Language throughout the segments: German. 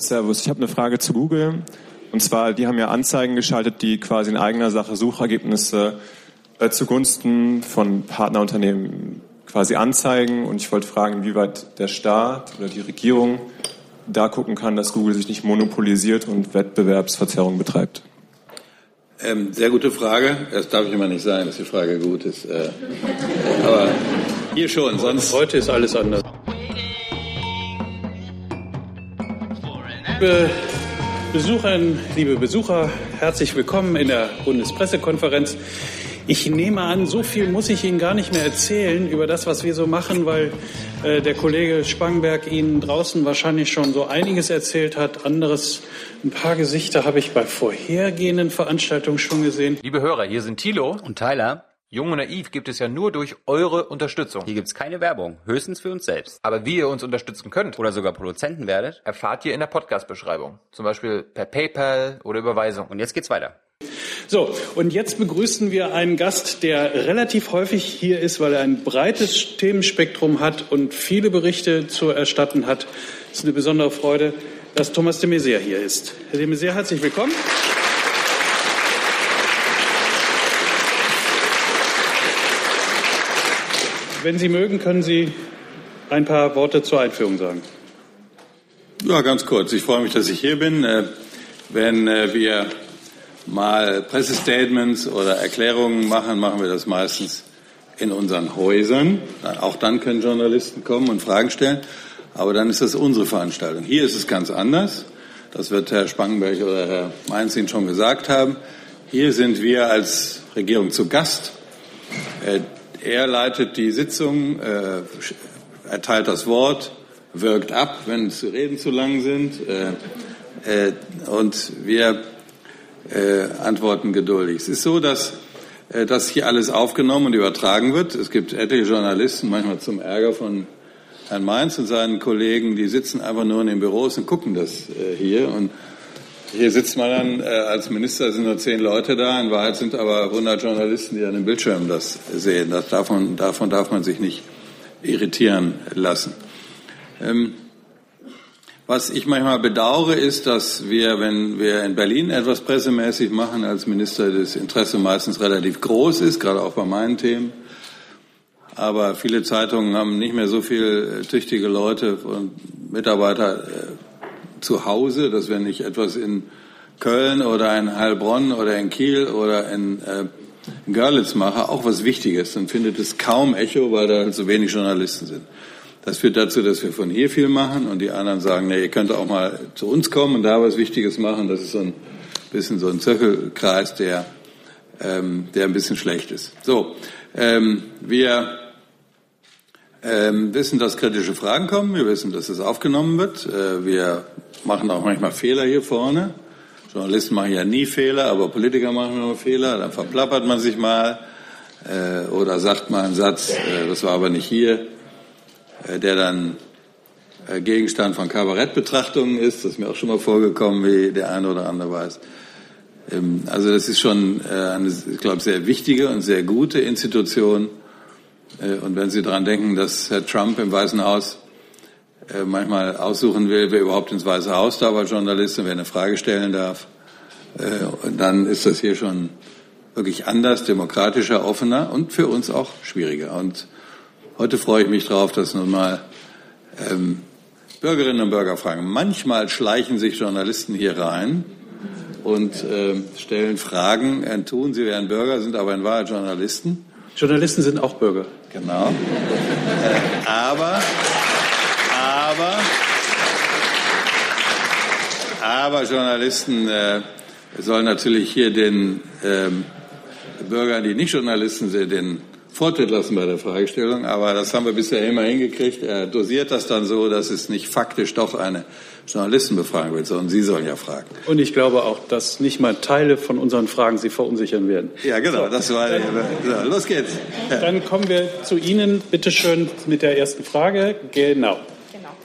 Servus, ich habe eine Frage zu Google. Und zwar, die haben ja Anzeigen geschaltet, die quasi in eigener Sache Suchergebnisse zugunsten von Partnerunternehmen quasi anzeigen. Und ich wollte fragen, inwieweit der Staat oder die Regierung da gucken kann, dass Google sich nicht monopolisiert und Wettbewerbsverzerrung betreibt. Sehr gute Frage. Das darf ich immer nicht sagen, dass die Frage gut ist. Aber hier schon, sonst... Heute ist alles anders. Liebe Besucher, herzlich willkommen in der Bundespressekonferenz. Ich nehme an, so viel muss ich Ihnen gar nicht mehr erzählen über das, was wir so machen, weil der Kollege Spangenberg Ihnen draußen wahrscheinlich schon so einiges erzählt hat. Ein paar Gesichter habe ich bei vorhergehenden Veranstaltungen schon gesehen. Liebe Hörer, hier sind Thilo und Tyler. Jung und Naiv gibt es ja nur durch eure Unterstützung. Hier gibt es keine Werbung, höchstens für uns selbst. Aber wie ihr uns unterstützen könnt oder sogar Produzenten werdet, erfahrt ihr in der Podcast-Beschreibung. Zum Beispiel per PayPal oder Überweisung. Und jetzt geht's weiter. So, und jetzt begrüßen wir einen Gast, der relativ häufig hier ist, weil er ein breites Themenspektrum hat und viele Berichte zu erstatten hat. Es ist eine besondere Freude, dass Thomas de Maizière hier ist. Herr de Maizière, herzlich willkommen. Wenn Sie mögen, können Sie ein paar Worte zur Einführung sagen. Ja, ganz kurz. Ich freue mich, dass ich hier bin. Wenn wir mal Pressestatements oder Erklärungen machen, machen wir das meistens in unseren Häusern. Auch dann können Journalisten kommen und Fragen stellen. Aber dann ist das unsere Veranstaltung. Hier ist es ganz anders. Das wird Herr Spangenberg oder Herr Mainz Ihnen schon gesagt haben. Hier sind wir als Regierung zu Gast. Er leitet die Sitzung, erteilt das Wort, wirkt ab, wenn die Reden zu lang sind, und wir antworten geduldig. Es ist so, dass das hier alles aufgenommen und übertragen wird. Es gibt etliche Journalisten, manchmal zum Ärger von Herrn Mainz und seinen Kollegen, die sitzen einfach nur in den Büros und gucken das hier. Und hier sitzt man dann als Minister, sind nur 10 Leute da, in Wahrheit sind aber 100 Journalisten, die an den Bildschirmen das sehen. Davon darf man sich nicht irritieren lassen. Was ich manchmal bedauere, ist, dass wir, wenn wir in Berlin etwas pressemäßig machen als Minister, das Interesse meistens relativ groß ist, gerade auch bei meinen Themen. Aber viele Zeitungen haben nicht mehr so viele tüchtige Leute und Mitarbeiter zu Hause, dass wenn ich etwas in Köln oder in Heilbronn oder in Kiel oder in Görlitz mache, auch was Wichtiges, dann findet es kaum Echo, weil da so wenig Journalisten sind. Das führt dazu, dass wir von hier viel machen und die anderen sagen, ihr könnt auch mal zu uns kommen und da was Wichtiges machen. Das ist so ein bisschen so ein Zirkelkreis, der ein bisschen schlecht ist. So, wir wissen, dass kritische Fragen kommen. Wir wissen, dass es aufgenommen wird. Wir machen auch manchmal Fehler hier vorne. Journalisten machen ja nie Fehler, aber Politiker machen immer Fehler. Dann verplappert man sich mal oder sagt mal einen Satz, das war aber nicht hier, der dann Gegenstand von Kabarettbetrachtungen ist. Das ist mir auch schon mal vorgekommen, wie der eine oder andere weiß. Also das ist schon eine, ich glaube, sehr wichtige und sehr gute Institution. Und wenn Sie daran denken, dass Herr Trump im Weißen Haus manchmal aussuchen will, wer überhaupt ins Weiße Haus darf als Journalist und wer eine Frage stellen darf, dann ist das hier schon wirklich anders, demokratischer, offener und für uns auch schwieriger. Und heute freue ich mich darauf, dass nun mal Bürgerinnen und Bürger fragen. Manchmal schleichen sich Journalisten hier rein und stellen Fragen, tun, sie wären Bürger, sind aber in Wahrheit Journalisten. Journalisten sind auch Bürger. Genau. Aber Journalisten sollen natürlich hier den Bürgern, die nicht Journalisten sind, den Vortritt lassen bei der Fragestellung. Aber das haben wir bisher immer hingekriegt. Er dosiert das dann so, dass es nicht faktisch doch eine Journalistenbefragung wird, sondern Sie sollen ja fragen. Und ich glaube auch, dass nicht mal Teile von unseren Fragen Sie verunsichern werden. Ja, genau. So, das war so, los geht's. Dann kommen wir zu Ihnen, bitte schön, mit der ersten Frage. Genau.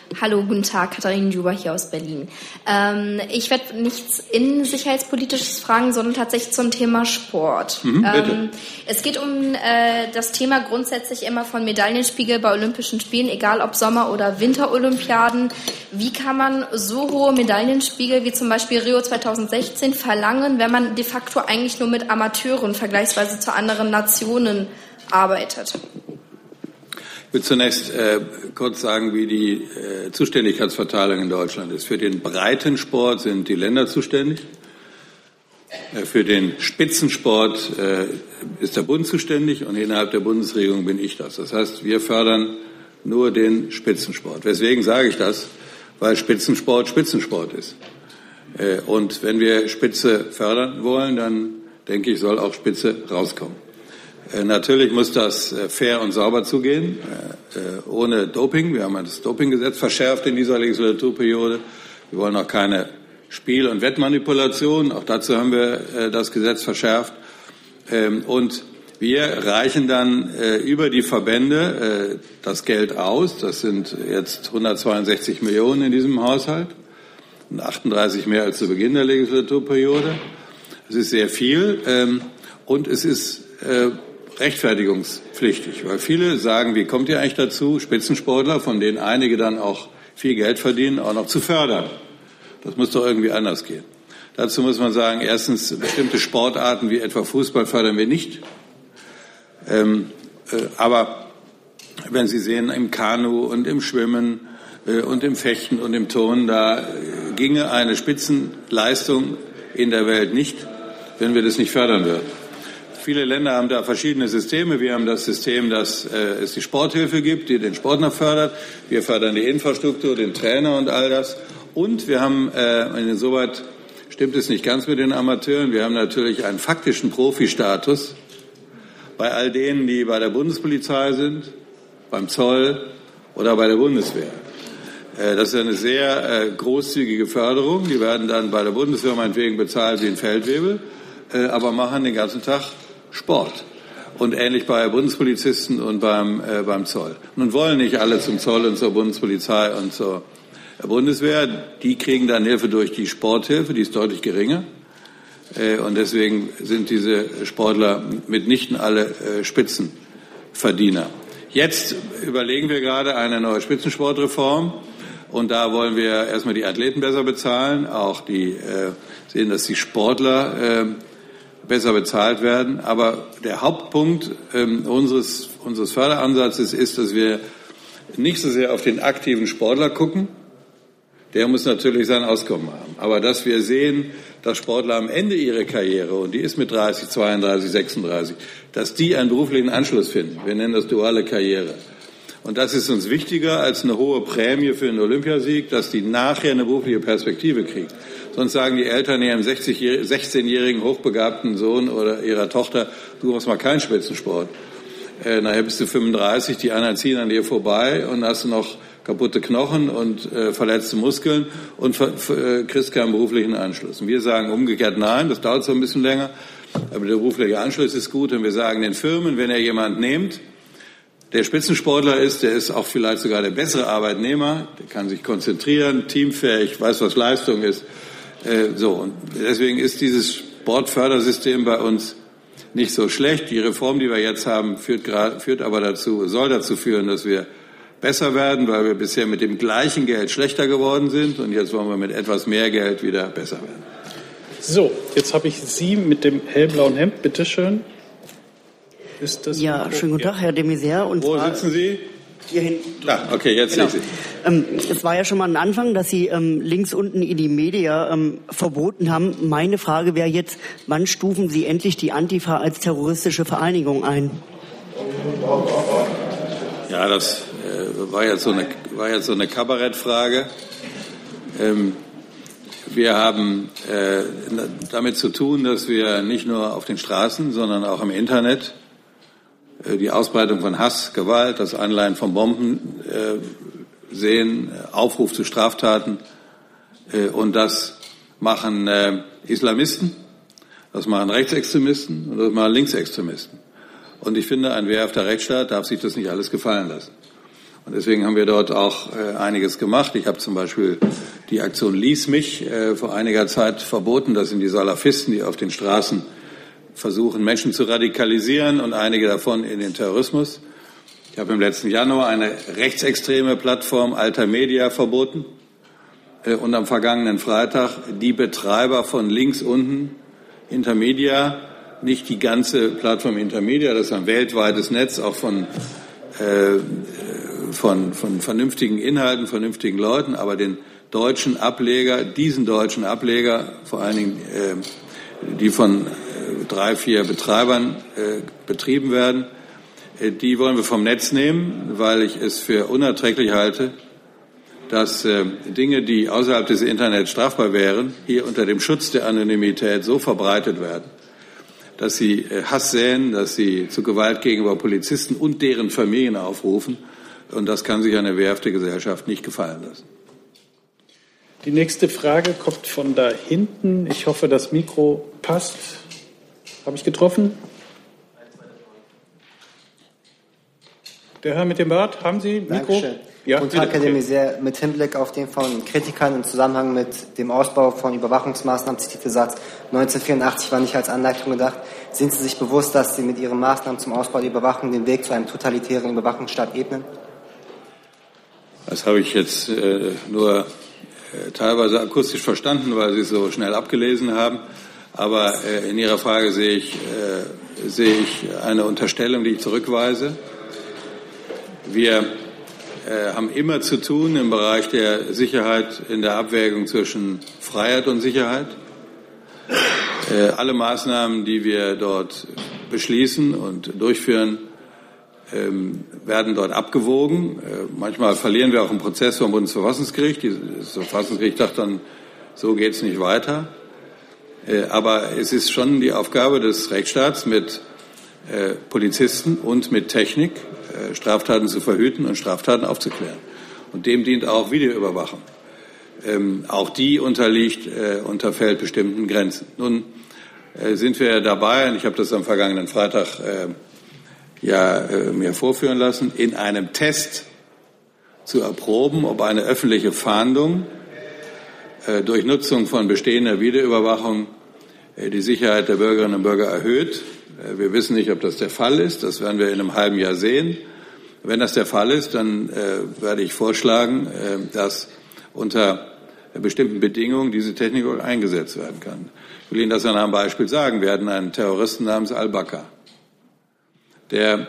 Hallo, guten Tag, Katharina Juba hier aus Berlin. Ich werde nichts sicherheitspolitisches fragen, sondern tatsächlich zum Thema Sport. Bitte. Es geht um das Thema grundsätzlich immer von Medaillenspiegel bei Olympischen Spielen, egal ob Sommer- oder Winterolympiaden. Wie kann man so hohe Medaillenspiegel wie zum Beispiel Rio 2016 verlangen, wenn man de facto eigentlich nur mit Amateuren vergleichsweise zu anderen Nationen arbeitet? Ich will zunächst kurz sagen, wie die Zuständigkeitsverteilung in Deutschland ist. Für den Breitensport sind die Länder zuständig. Für den Spitzensport ist der Bund zuständig und innerhalb der Bundesregierung bin ich das. Das heißt, wir fördern nur den Spitzensport. Weswegen sage ich das? Weil Spitzensport Spitzensport ist. Und wenn wir Spitze fördern wollen, dann denke ich, soll auch Spitze rauskommen. Natürlich muss das fair und sauber zugehen, ohne Doping. Wir haben das Dopinggesetz verschärft in dieser Legislaturperiode. Wir wollen auch keine Spiel- und Wettmanipulation. Auch dazu haben wir das Gesetz verschärft. Und wir reichen dann über die Verbände das Geld aus. Das sind jetzt 162 Millionen in diesem Haushalt und 38 mehr als zu Beginn der Legislaturperiode. Es ist sehr viel und es ist rechtfertigungspflichtig, weil viele sagen, wie kommt ihr eigentlich dazu, Spitzensportler, von denen einige dann auch viel Geld verdienen, auch noch zu fördern? Das muss doch irgendwie anders gehen. Dazu muss man sagen, erstens, bestimmte Sportarten wie etwa Fußball fördern wir nicht. Aber wenn Sie sehen, im Kanu und im Schwimmen und im Fechten und im Turnen, da ginge eine Spitzenleistung in der Welt nicht, wenn wir das nicht fördern würden. Viele Länder haben da verschiedene Systeme. Wir haben das System, dass es die Sporthilfe gibt, die den Sport noch fördert. Wir fördern die Infrastruktur, den Trainer und all das. Und wir haben, insoweit stimmt es nicht ganz mit den Amateuren, wir haben natürlich einen faktischen Profistatus bei all denen, die bei der Bundespolizei sind, beim Zoll oder bei der Bundeswehr. Das ist eine sehr großzügige Förderung. Die werden dann bei der Bundeswehr meinetwegen bezahlt wie ein Feldwebel, aber machen den ganzen Tag Sport. Und ähnlich bei Bundespolizisten und beim Zoll. Nun wollen nicht alle zum Zoll und zur Bundespolizei und zur Bundeswehr. Die kriegen dann Hilfe durch die Sporthilfe, die ist deutlich geringer. Und deswegen sind diese Sportler mitnichten alle Spitzenverdiener. Jetzt überlegen wir gerade eine neue Spitzensportreform. Und da wollen wir erstmal die Athleten besser bezahlen, auch die sehen, dass die Sportler besser bezahlt werden. Aber der Hauptpunkt unseres Förderansatzes ist, dass wir nicht so sehr auf den aktiven Sportler gucken. Der muss natürlich sein Auskommen haben. Aber dass wir sehen, dass Sportler am Ende ihrer Karriere, und die ist mit 30, 32, 36, dass die einen beruflichen Anschluss finden. Wir nennen das duale Karriere. Und das ist uns wichtiger als eine hohe Prämie für einen Olympiasieg, dass die nachher eine berufliche Perspektive kriegen. Sonst sagen die Eltern ihrem 16-jährigen hochbegabten Sohn oder ihrer Tochter, du machst mal keinen Spitzensport. Nachher bist du 35, die anderen ziehen an dir vorbei und hast du noch kaputte Knochen und verletzte Muskeln und kriegst keinen beruflichen Anschluss. Und wir sagen umgekehrt nein, das dauert so ein bisschen länger, aber der berufliche Anschluss ist gut. Und wir sagen den Firmen, wenn ihr jemand nehmt, der Spitzensportler ist, der ist auch vielleicht sogar der bessere Arbeitnehmer, der kann sich konzentrieren, teamfähig, weiß, was Leistung ist. Und deswegen ist dieses Sportfördersystem bei uns nicht so schlecht. Die Reform, die wir jetzt haben, soll dazu führen, dass wir besser werden, weil wir bisher mit dem gleichen Geld schlechter geworden sind und jetzt wollen wir mit etwas mehr Geld wieder besser werden. So, jetzt habe ich Sie mit dem hellblauen Hemd, bitteschön. Ist das schönen guten Tag, Herr de Maizière. Wo sitzen Sie? Hier hinten. Klar, okay, jetzt sehe ich Sie. Es war ja schon mal ein Anfang, dass Sie links unten in die Media verboten haben. Meine Frage wäre jetzt, wann stufen Sie endlich die Antifa als terroristische Vereinigung ein? Ja, das war jetzt so eine Kabarettfrage. Wir haben damit zu tun, dass wir nicht nur auf den Straßen, sondern auch im Internet die Ausbreitung von Hass, Gewalt, das Anleihen von Bomben sehen, Aufruf zu Straftaten. Und das machen Islamisten, das machen Rechtsextremisten und das machen Linksextremisten. Und ich finde, ein wehrhafter Rechtsstaat darf sich das nicht alles gefallen lassen. Und deswegen haben wir dort auch einiges gemacht. Ich habe zum Beispiel die Aktion Lies mich vor einiger Zeit verboten. Das sind die Salafisten, die auf den Straßen versuchen, Menschen zu radikalisieren und einige davon in den Terrorismus. Ich habe im letzten Januar eine rechtsextreme Plattform Alter Media verboten und am vergangenen Freitag die Betreiber von links unten Intermedia, nicht die ganze Plattform Intermedia, das ist ein weltweites Netz, auch von vernünftigen Inhalten, vernünftigen Leuten, aber den deutschen Ableger, diesen deutschen Ableger, vor allen Dingen die von 3, 4 Betreibern betrieben werden, die wollen wir vom Netz nehmen, weil ich es für unerträglich halte, dass Dinge, die außerhalb des Internets strafbar wären, hier unter dem Schutz der Anonymität so verbreitet werden, dass sie Hass säen, dass sie zu Gewalt gegenüber Polizisten und deren Familien aufrufen. Und das kann sich eine wehrhafte Gesellschaft nicht gefallen lassen. Die nächste Frage kommt von da hinten. Ich hoffe, das Mikro passt. Habe ich getroffen? Der Herr mit dem Bart, haben Sie Mikro? Dankeschön. Ja, Guten Tag, Herr de Maizière. Mit Hinblick auf den von Kritikern im Zusammenhang mit dem Ausbau von Überwachungsmaßnahmen zitierte Satz 1984 war nicht als Anleitung gedacht. Sind Sie sich bewusst, dass Sie mit Ihren Maßnahmen zum Ausbau der Überwachung den Weg zu einem totalitären Überwachungsstaat ebnen? Das habe ich jetzt nur teilweise akustisch verstanden, weil Sie es so schnell abgelesen haben. Aber in Ihrer Frage sehe ich eine Unterstellung, die ich zurückweise. Wir haben immer zu tun im Bereich der Sicherheit in der Abwägung zwischen Freiheit und Sicherheit. Alle Maßnahmen, die wir dort beschließen und durchführen, werden dort abgewogen. Manchmal verlieren wir auch einen Prozess vom Bundesverfassungsgericht. Das Verfassungsgericht sagt dann, so geht es nicht weiter. Aber es ist schon die Aufgabe des Rechtsstaats, mit Polizisten und mit Technik Straftaten zu verhüten und Straftaten aufzuklären. Und dem dient auch Videoüberwachung. Auch die unterfällt bestimmten Grenzen. Nun sind wir dabei, und ich habe das am vergangenen Freitag mir vorführen lassen, in einem Test zu erproben, ob eine öffentliche Fahndung durch Nutzung von bestehender Videoüberwachung die Sicherheit der Bürgerinnen und Bürger erhöht. Wir wissen nicht, ob das der Fall ist. Das werden wir in einem halben Jahr sehen. Wenn das der Fall ist, dann werde ich vorschlagen, dass unter bestimmten Bedingungen diese Technik auch eingesetzt werden kann. Ich will Ihnen das an einem Beispiel sagen. Wir hatten einen Terroristen namens Al-Bakr. War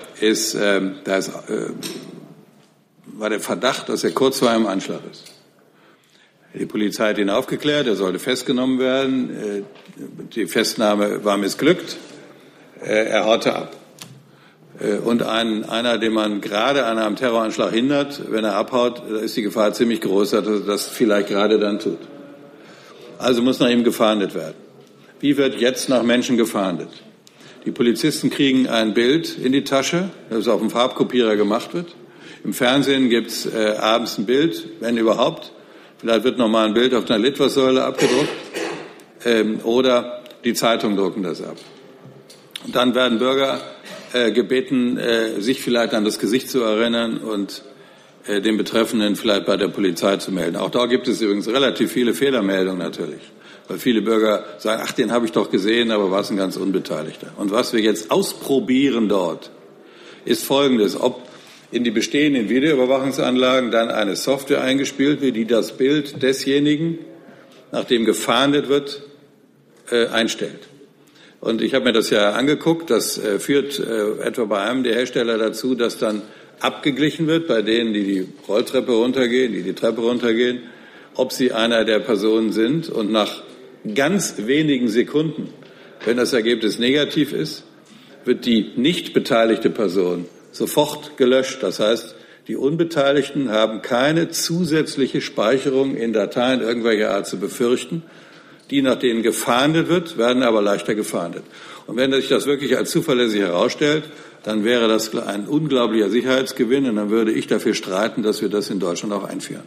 der Verdacht, dass er kurz vor einem Anschlag ist. Die Polizei hat ihn aufgeklärt, er sollte festgenommen werden. Die Festnahme war missglückt. Er haute ab. Und einer, den man gerade an einem Terroranschlag hindert, wenn er abhaut, da ist die Gefahr ziemlich groß, dass er das vielleicht gerade dann tut. Also muss nach ihm gefahndet werden. Wie wird jetzt nach Menschen gefahndet? Die Polizisten kriegen ein Bild in die Tasche, das auf dem Farbkopierer gemacht wird. Im Fernsehen gibt es abends ein Bild, wenn überhaupt. Vielleicht wird nochmal ein Bild auf einer Litfaßsäule abgedruckt. Oder die Zeitungen drucken das ab. Und dann werden Bürger gebeten, sich vielleicht an das Gesicht zu erinnern und den Betreffenden vielleicht bei der Polizei zu melden. Auch da gibt es übrigens relativ viele Fehlermeldungen natürlich. Weil viele Bürger sagen, ach, den habe ich doch gesehen, aber war es ein ganz Unbeteiligter. Und was wir jetzt ausprobieren dort, ist Folgendes. Ob in die bestehenden Videoüberwachungsanlagen dann eine Software eingespielt wird, die das Bild desjenigen, nachdem gefahndet wird, einstellt. Und ich habe mir das ja angeguckt. Das führt etwa bei einem der Hersteller dazu, dass dann abgeglichen wird bei denen, die die Rolltreppe runtergehen, die Treppe runtergehen, ob sie einer der Personen sind. Und nach ganz wenigen Sekunden, wenn das Ergebnis negativ ist, wird die nicht beteiligte Person sofort gelöscht. Das heißt, die Unbeteiligten haben keine zusätzliche Speicherung in Dateien irgendwelcher Art zu befürchten. Die, nach denen gefahndet wird, werden aber leichter gefahndet. Und wenn sich das wirklich als zuverlässig herausstellt, dann wäre das ein unglaublicher Sicherheitsgewinn und dann würde ich dafür streiten, dass wir das in Deutschland auch einführen.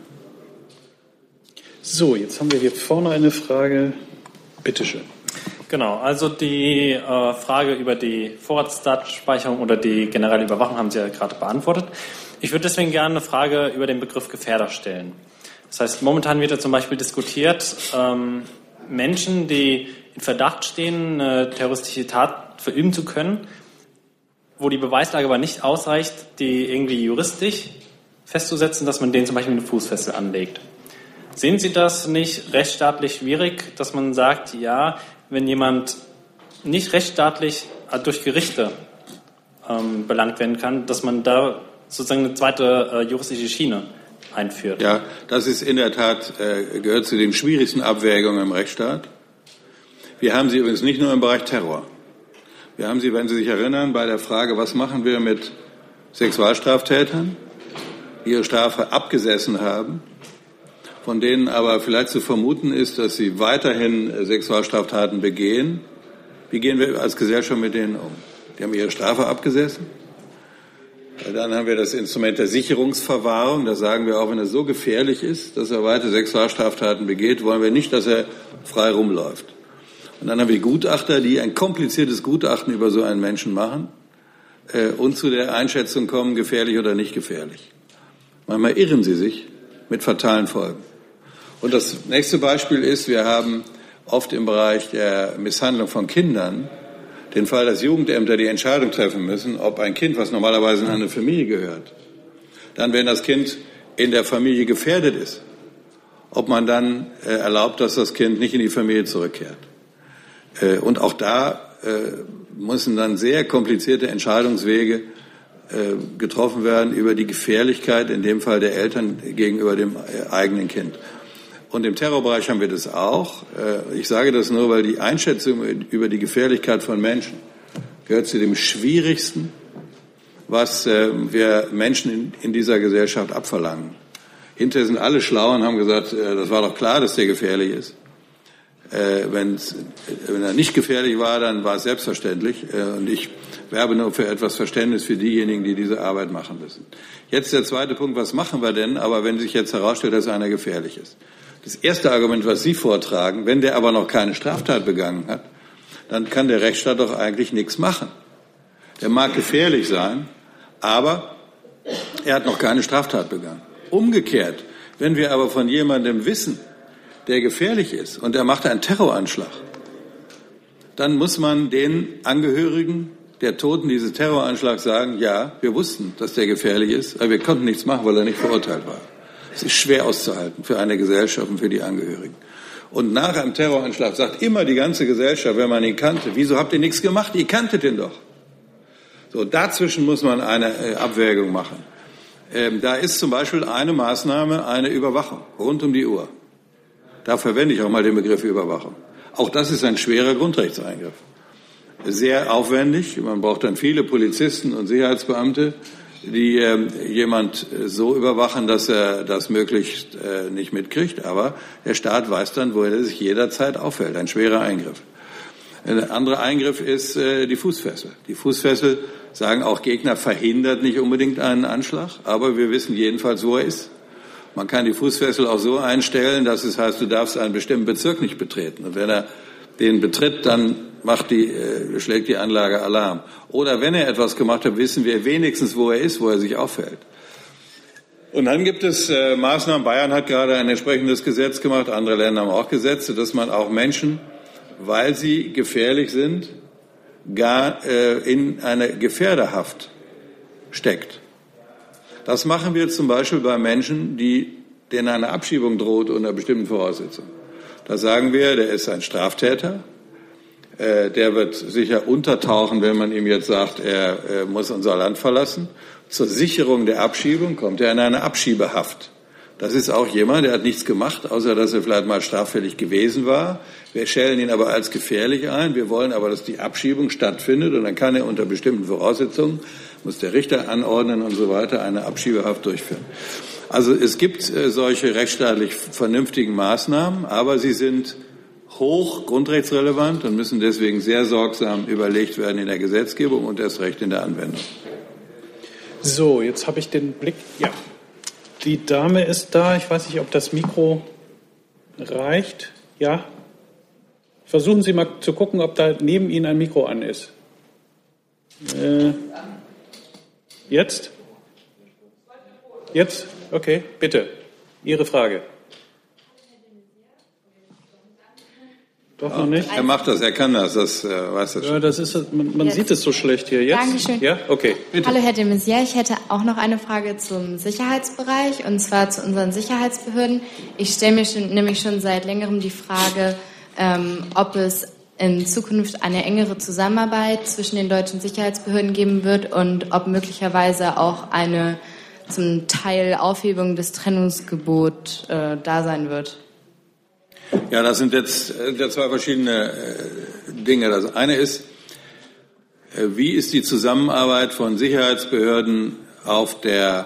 So, jetzt haben wir hier vorne eine Frage. Bitte schön. Genau, also die Frage über die Vorratsdatenspeicherung oder die generelle Überwachung haben Sie ja gerade beantwortet. Ich würde deswegen gerne eine Frage über den Begriff Gefährder stellen. Das heißt, momentan wird ja zum Beispiel diskutiert, Menschen, die in Verdacht stehen, eine terroristische Tat verüben zu können, wo die Beweislage aber nicht ausreicht, die irgendwie juristisch festzusetzen, dass man denen zum Beispiel eine Fußfessel anlegt. Sehen Sie das nicht rechtsstaatlich schwierig, dass man sagt, ja, wenn jemand nicht rechtsstaatlich durch Gerichte belangt werden kann, dass man da sozusagen eine zweite juristische Schiene einführt? Ja, das ist in der Tat, gehört zu den schwierigsten Abwägungen im Rechtsstaat. Wir haben sie übrigens nicht nur im Bereich Terror. Wir haben sie, wenn Sie sich erinnern, bei der Frage, was machen wir mit Sexualstraftätern, die ihre Strafe abgesessen haben, von denen aber vielleicht zu vermuten ist, dass sie weiterhin Sexualstraftaten begehen. Wie gehen wir als Gesellschaft mit denen um? Die haben ihre Strafe abgesessen. Dann haben wir das Instrument der Sicherungsverwahrung. Da sagen wir auch, wenn er so gefährlich ist, dass er weiter Sexualstraftaten begeht, wollen wir nicht, dass er frei rumläuft. Und dann haben wir Gutachter, die ein kompliziertes Gutachten über so einen Menschen machen und zu der Einschätzung kommen, gefährlich oder nicht gefährlich. Manchmal irren sie sich mit fatalen Folgen. Und das nächste Beispiel ist, wir haben oft im Bereich der Misshandlung von Kindern den Fall, dass Jugendämter die Entscheidung treffen müssen, ob ein Kind, was normalerweise in eine Familie gehört, dann, wenn das Kind in der Familie gefährdet ist, ob man dann erlaubt, dass das Kind nicht in die Familie zurückkehrt. Und auch da müssen dann sehr komplizierte Entscheidungswege getroffen werden über die Gefährlichkeit, in dem Fall der Eltern gegenüber dem eigenen Kind. Und im Terrorbereich haben wir das auch. Ich sage das nur, weil die Einschätzung über die Gefährlichkeit von Menschen gehört zu dem Schwierigsten, was wir Menschen in dieser Gesellschaft abverlangen. Hinterher sind alle schlau und haben gesagt, das war doch klar, dass der gefährlich ist. Wenn er nicht gefährlich war, dann war es selbstverständlich. Und ich werbe nur für etwas Verständnis für diejenigen, die diese Arbeit machen müssen. Jetzt der zweite Punkt, was machen wir denn, aber wenn sich jetzt herausstellt, dass einer gefährlich ist? Das erste Argument, was Sie vortragen, wenn der aber noch keine Straftat begangen hat, dann kann der Rechtsstaat doch eigentlich nichts machen. Der mag gefährlich sein, aber er hat noch keine Straftat begangen. Umgekehrt, wenn wir aber von jemandem wissen, der gefährlich ist und der macht einen Terroranschlag, dann muss man den Angehörigen der Toten dieses Terroranschlags sagen, ja, wir wussten, dass der gefährlich ist, aber wir konnten nichts machen, weil er nicht verurteilt war. Es ist schwer auszuhalten für eine Gesellschaft und für die Angehörigen. Und nach einem Terroranschlag sagt immer die ganze Gesellschaft, wenn man ihn kannte, wieso habt ihr nichts gemacht? Ihr kanntet ihn doch. So, dazwischen muss man eine Abwägung machen. Da ist zum Beispiel eine Maßnahme eine Überwachung rund um die Uhr. Da verwende ich auch mal den Begriff Überwachung. Auch das ist ein schwerer Grundrechtseingriff. Sehr aufwendig. Man braucht dann viele Polizisten und Sicherheitsbeamte, die jemand so überwachen, dass er das möglichst nicht mitkriegt. Aber der Staat weiß dann, wo er sich jederzeit auffällt. Ein schwerer Eingriff. Ein anderer Eingriff ist die Fußfessel. Die Fußfessel, sagen auch Gegner, verhindert nicht unbedingt einen Anschlag, aber wir wissen jedenfalls, wo er ist. Man kann die Fußfessel auch so einstellen, dass es heißt, du darfst einen bestimmten Bezirk nicht betreten. Und wenn er den betritt, dann schlägt die Anlage Alarm. Oder wenn er etwas gemacht hat, wissen wir wenigstens, wo er ist, wo er sich auffällt. Und dann gibt es Maßnahmen. Bayern hat gerade ein entsprechendes Gesetz gemacht, andere Länder haben auch Gesetze, dass man auch Menschen, weil sie gefährlich sind, gar in eine Gefährderhaft steckt. Das machen wir zum Beispiel bei Menschen, denen eine Abschiebung droht unter bestimmten Voraussetzungen. Da sagen wir, der ist ein Straftäter, der wird sicher untertauchen, wenn man ihm jetzt sagt, er muss unser Land verlassen. Zur Sicherung der Abschiebung kommt er in eine Abschiebehaft. Das ist auch jemand, der hat nichts gemacht, außer dass er vielleicht mal straffällig gewesen war. Wir stellen ihn aber als gefährlich ein. Wir wollen aber, dass die Abschiebung stattfindet und dann kann er unter bestimmten Voraussetzungen, muss der Richter anordnen und so weiter, eine Abschiebehaft durchführen. Also es gibt solche rechtsstaatlich vernünftigen Maßnahmen, aber sie sind hoch grundrechtsrelevant und müssen deswegen sehr sorgsam überlegt werden in der Gesetzgebung und erst recht in der Anwendung. So, jetzt habe ich den Blick. Ja, die Dame ist da. Ich weiß nicht, ob das Mikro reicht. Ja. Versuchen Sie mal zu gucken, ob da neben Ihnen ein Mikro an ist. Jetzt? Jetzt? Okay, bitte. Ihre Frage. Doch noch nicht? Er macht das, er kann das, das weiß er schon. Ja, das ist, man sieht es so schlecht hier. Jetzt? Dankeschön. Ja, okay. Bitte. Hallo Herr de Maizière, ich hätte auch noch eine Frage zum Sicherheitsbereich und zwar zu unseren Sicherheitsbehörden. Ich stelle mir nämlich schon seit längerem die Frage, ob es in Zukunft eine engere Zusammenarbeit zwischen den deutschen Sicherheitsbehörden geben wird und ob möglicherweise auch eine zum Teil Aufhebung des Trennungsgebots da sein wird. Ja, das sind jetzt zwei verschiedene Dinge. Das eine ist, wie ist die Zusammenarbeit von Sicherheitsbehörden auf der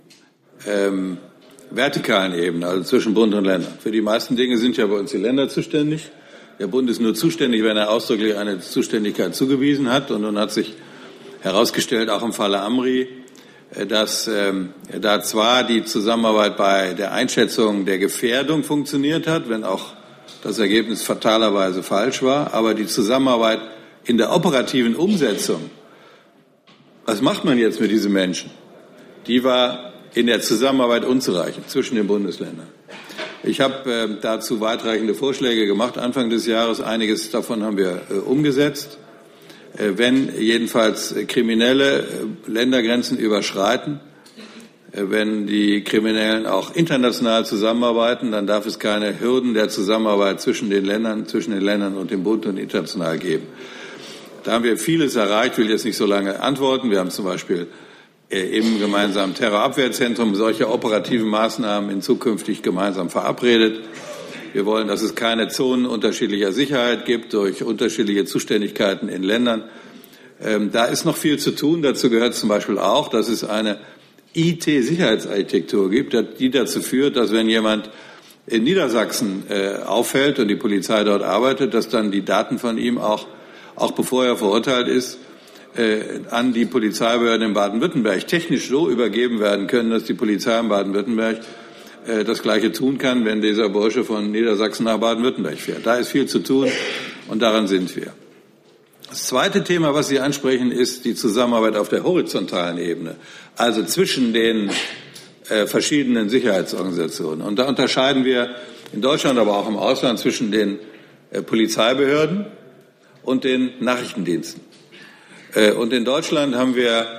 vertikalen Ebene, also zwischen Bund und Ländern. Für die meisten Dinge sind ja bei uns die Länder zuständig. Der Bund ist nur zuständig, wenn er ausdrücklich eine Zuständigkeit zugewiesen hat. Und nun hat sich herausgestellt, auch im Falle Amri, dass da zwar die Zusammenarbeit bei der Einschätzung der Gefährdung funktioniert hat, wenn auch das Ergebnis fatalerweise falsch war, aber die Zusammenarbeit in der operativen Umsetzung, was macht man jetzt mit diesen Menschen, die war in der Zusammenarbeit unzureichend zwischen den Bundesländern. Ich habe dazu weitreichende Vorschläge gemacht Anfang des Jahres. Einiges davon haben wir umgesetzt. Wenn jedenfalls Kriminelle Ländergrenzen überschreiten, wenn die Kriminellen auch international zusammenarbeiten, dann darf es keine Hürden der Zusammenarbeit zwischen den Ländern und dem Bund und international geben. Da haben wir vieles erreicht, ich will jetzt nicht so lange antworten. Wir haben zum Beispiel im gemeinsamen Terrorabwehrzentrum solche operativen Maßnahmen in zukünftig gemeinsam verabredet. Wir wollen, dass es keine Zonen unterschiedlicher Sicherheit gibt durch unterschiedliche Zuständigkeiten in Ländern. Da ist noch viel zu tun. Dazu gehört zum Beispiel auch, dass es eine IT-Sicherheitsarchitektur gibt, die dazu führt, dass wenn jemand in Niedersachsen auffällt und die Polizei dort arbeitet, dass dann die Daten von ihm auch bevor er verurteilt ist, an die Polizeibehörden in Baden-Württemberg technisch so übergeben werden können, dass die Polizei in Baden-Württemberg das Gleiche tun kann, wenn dieser Bursche von Niedersachsen nach Baden-Württemberg fährt. Da ist viel zu tun und daran sind wir. Das zweite Thema, was Sie ansprechen, ist die Zusammenarbeit auf der horizontalen Ebene, also zwischen den verschiedenen Sicherheitsorganisationen. Und da unterscheiden wir in Deutschland, aber auch im Ausland zwischen den Polizeibehörden und den Nachrichtendiensten. Und in Deutschland haben wir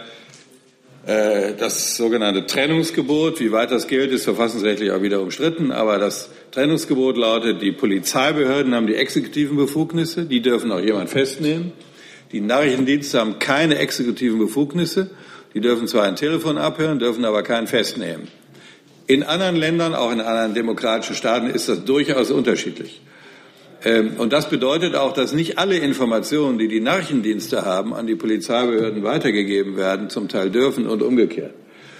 das sogenannte Trennungsgebot. Wie weit das gilt, ist verfassungsrechtlich auch wieder umstritten. Aber das Trennungsgebot lautet, die Polizeibehörden haben die exekutiven Befugnisse, die dürfen auch jemand festnehmen. Die Nachrichtendienste haben keine exekutiven Befugnisse, die dürfen zwar ein Telefon abhören, dürfen aber keinen festnehmen. In anderen Ländern, auch in anderen demokratischen Staaten, ist das durchaus unterschiedlich. Und das bedeutet auch, dass nicht alle Informationen, die die Nachrichtendienste haben, an die Polizeibehörden weitergegeben werden, zum Teil dürfen und umgekehrt.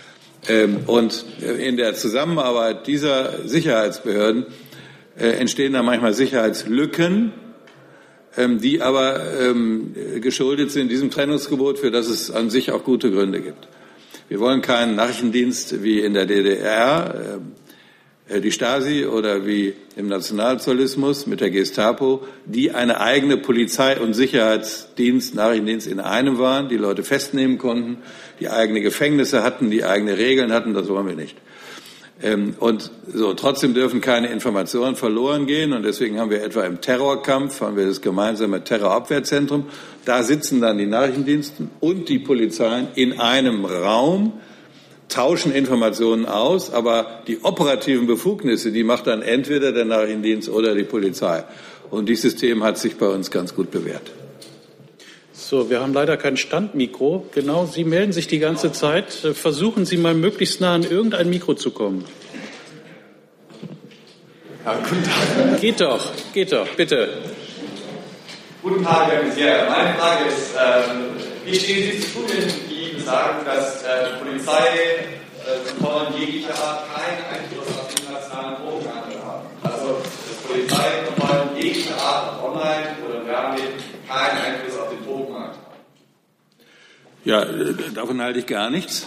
Und in der Zusammenarbeit dieser Sicherheitsbehörden entstehen da manchmal Sicherheitslücken, die aber geschuldet sind diesem Trennungsgebot, für das es an sich auch gute Gründe gibt. Wir wollen keinen Nachrichtendienst wie in der DDR, die Stasi oder wie im Nationalsozialismus mit der Gestapo, die eine eigene Polizei- und Sicherheitsdienst, Nachrichtendienst in einem waren, die Leute festnehmen konnten, die eigene Gefängnisse hatten, die eigene Regeln hatten, das wollen wir nicht. Und so, trotzdem dürfen keine Informationen verloren gehen und deswegen haben wir etwa im Terrorkampf, haben wir das gemeinsame Terrorabwehrzentrum, da sitzen dann die Nachrichtendienste und die Polizeien in einem Raum, tauschen Informationen aus, aber die operativen Befugnisse, die macht dann entweder der Nachrichtendienst oder die Polizei. Und dieses System hat sich bei uns ganz gut bewährt. So, wir haben leider kein Standmikro. Genau, Sie melden sich die ganze Zeit. Versuchen Sie mal möglichst nah an irgendein Mikro zu kommen. Ja, guten Tag. Geht doch, bitte. Guten Tag, Herr Maizière. Meine Frage ist, wie stehen Sie zu Studien, die besagen, dass die Polizeikontrollen jeglicher Art keinen Einfluss auf den internationalen Drogenhandel haben? Also, dass Polizeikontrollen jeglicher Art online oder im Fernsehen keinen Einfluss auf den Drogenmarkt haben? Ja, davon halte ich gar nichts.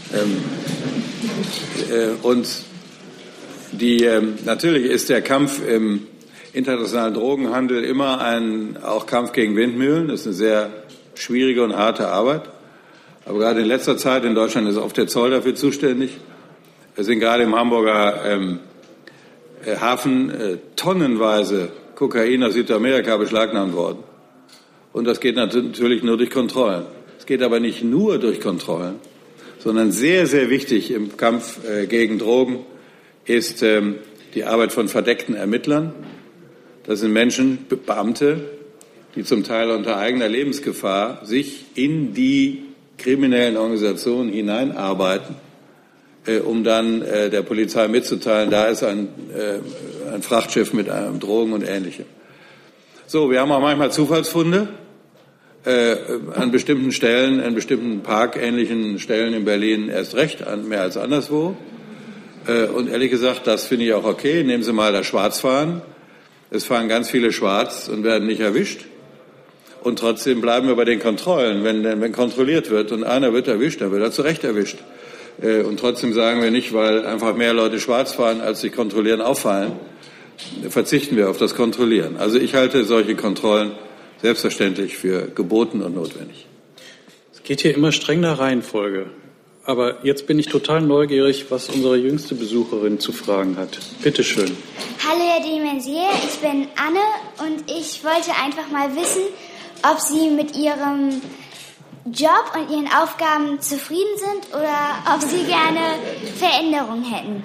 Und natürlich ist der Kampf im internationalen Drogenhandel immer auch Kampf gegen Windmühlen. Das ist eine sehr schwierige und harte Arbeit. Aber gerade in letzter Zeit in Deutschland ist oft der Zoll dafür zuständig. Es sind gerade im Hamburger Hafen tonnenweise Kokain aus Südamerika beschlagnahmt worden. Und das geht natürlich nur durch Kontrollen. Es geht aber nicht nur durch Kontrollen, sondern sehr, sehr wichtig im Kampf gegen Drogen ist die Arbeit von verdeckten Ermittlern. Das sind Menschen, Beamte, die zum Teil unter eigener Lebensgefahr sich in die kriminellen Organisationen hineinarbeiten, um dann der Polizei mitzuteilen, da ist ein Frachtschiff mit Drogen und Ähnlichem. So, wir haben auch manchmal Zufallsfunde an bestimmten Stellen, an bestimmten parkähnlichen Stellen in Berlin erst recht, mehr als anderswo. Und ehrlich gesagt, das finde ich auch okay. Nehmen Sie mal das Schwarzfahren. Es fahren ganz viele schwarz und werden nicht erwischt. Und trotzdem bleiben wir bei den Kontrollen. Wenn kontrolliert wird und einer wird erwischt, dann wird er zu Recht erwischt. Und trotzdem sagen wir nicht, weil einfach mehr Leute schwarz fahren, als sich kontrollieren, auffallen, verzichten wir auf das Kontrollieren. Also ich halte solche Kontrollen selbstverständlich für geboten und notwendig. Es geht hier immer streng nach Reihenfolge. Aber jetzt bin ich total neugierig, was unsere jüngste Besucherin zu fragen hat. Bitte schön. Hallo Herr de Maizière, ich bin Anne und ich wollte einfach mal wissen, ob Sie mit Ihrem Job und Ihren Aufgaben zufrieden sind oder ob Sie gerne Veränderungen hätten.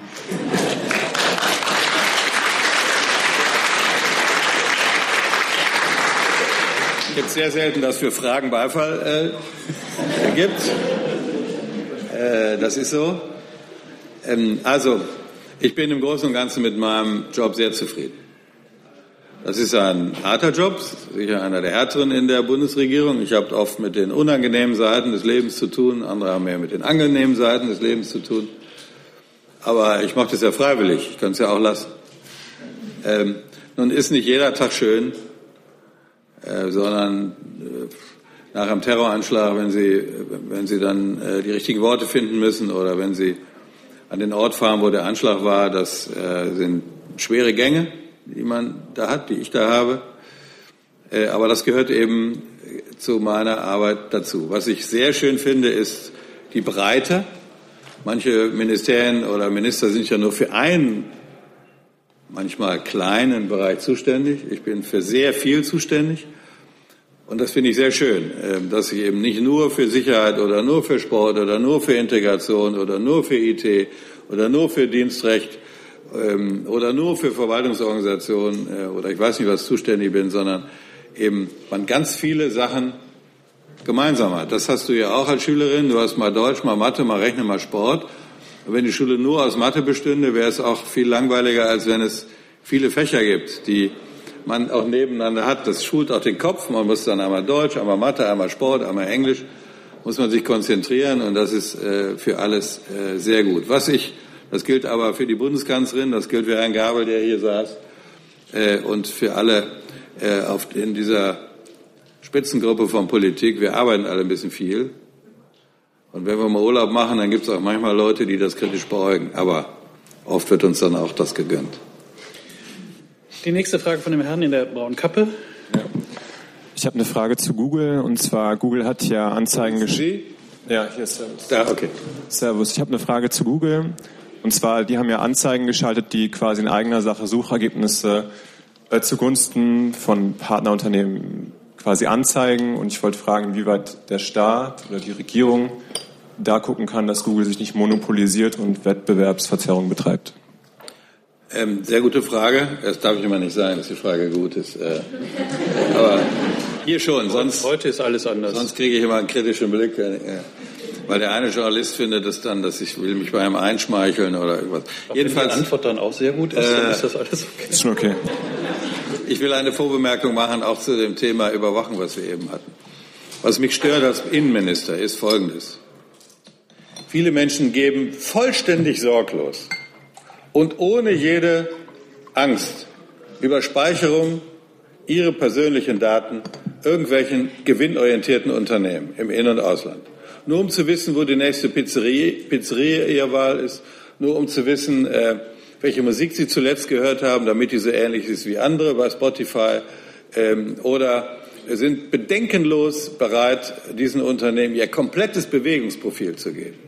Es gibt sehr selten, dass für Fragen Beifall gibt. Das ist so. Also, ich bin im Großen und Ganzen mit meinem Job sehr zufrieden. Das ist ein harter Job, sicher einer der härteren in der Bundesregierung. Ich habe oft mit den unangenehmen Seiten des Lebens zu tun, andere haben mehr mit den angenehmen Seiten des Lebens zu tun. Aber ich mache das ja freiwillig, ich kann es ja auch lassen. Nun ist nicht jeder Tag schön, sondern nach einem Terroranschlag, wenn Sie dann die richtigen Worte finden müssen oder wenn Sie an den Ort fahren, wo der Anschlag war, das sind schwere Gänge, die man da hat, die ich da habe. Aber das gehört eben zu meiner Arbeit dazu. Was ich sehr schön finde, ist die Breite. Manche Ministerien oder Minister sind ja nur für einen, manchmal kleinen Bereich zuständig. Ich bin für sehr viel zuständig. Und das finde ich sehr schön, dass ich eben nicht nur für Sicherheit oder nur für Sport oder nur für Integration oder nur für IT oder nur für Dienstrecht oder nur für Verwaltungsorganisationen oder ich weiß nicht, was zuständig bin, sondern eben man ganz viele Sachen gemeinsam hat. Das hast du ja auch als Schülerin. Du hast mal Deutsch, mal Mathe, mal Rechnen, mal Sport. Und wenn die Schule nur aus Mathe bestünde, wäre es auch viel langweiliger, als wenn es viele Fächer gibt, die man auch nebeneinander hat. Das schult auch den Kopf. Man muss dann einmal Deutsch, einmal Mathe, einmal Sport, einmal Englisch. Muss man sich konzentrieren und das ist für alles sehr gut. Das gilt aber für die Bundeskanzlerin, das gilt für Herrn Gabel, der hier saß, und für alle in dieser Spitzengruppe von Politik. Wir arbeiten alle ein bisschen viel. Und wenn wir mal Urlaub machen, dann gibt es auch manchmal Leute, die das kritisch beäugen. Aber oft wird uns dann auch das gegönnt. Die nächste Frage von dem Herrn in der braunen Kappe. Ja. Ich habe eine Frage zu Google. Und zwar, Google hat ja Anzeigen geschaltet. Ja, hier ist Servus. Da, okay. Servus. Ich habe eine Frage zu Google. Und zwar, die haben ja Anzeigen geschaltet, die quasi in eigener Sache Suchergebnisse zugunsten von Partnerunternehmen quasi anzeigen. Und ich wollte fragen, wie weit der Staat oder die Regierung da gucken kann, dass Google sich nicht monopolisiert und Wettbewerbsverzerrung betreibt. Sehr gute Frage. Es darf ich immer nicht sagen, dass die Frage gut ist. Aber hier schon. Sonst, heute ist alles anders. Sonst kriege ich immer einen kritischen Blick. Weil der eine Journalist findet es dann, dass ich will mich bei ihm einschmeicheln oder irgendwas. Jedenfalls, wenn die Antwort dann auch sehr gut ist, dann ist das alles okay. Ist schon okay. Ich will eine Vorbemerkung machen, auch zu dem Thema Überwachung, was wir eben hatten. Was mich stört als Innenminister ist Folgendes. Viele Menschen geben vollständig sorglos und ohne jede Angst über Speicherung ihre persönlichen Daten irgendwelchen gewinnorientierten Unternehmen im In- und Ausland. Nur um zu wissen, wo die nächste Pizzeria ihrer Wahl ist, nur um zu wissen, welche Musik sie zuletzt gehört haben, damit die so ähnlich ist wie andere bei Spotify, oder sind bedenkenlos bereit, diesen Unternehmen ihr komplettes Bewegungsprofil zu geben.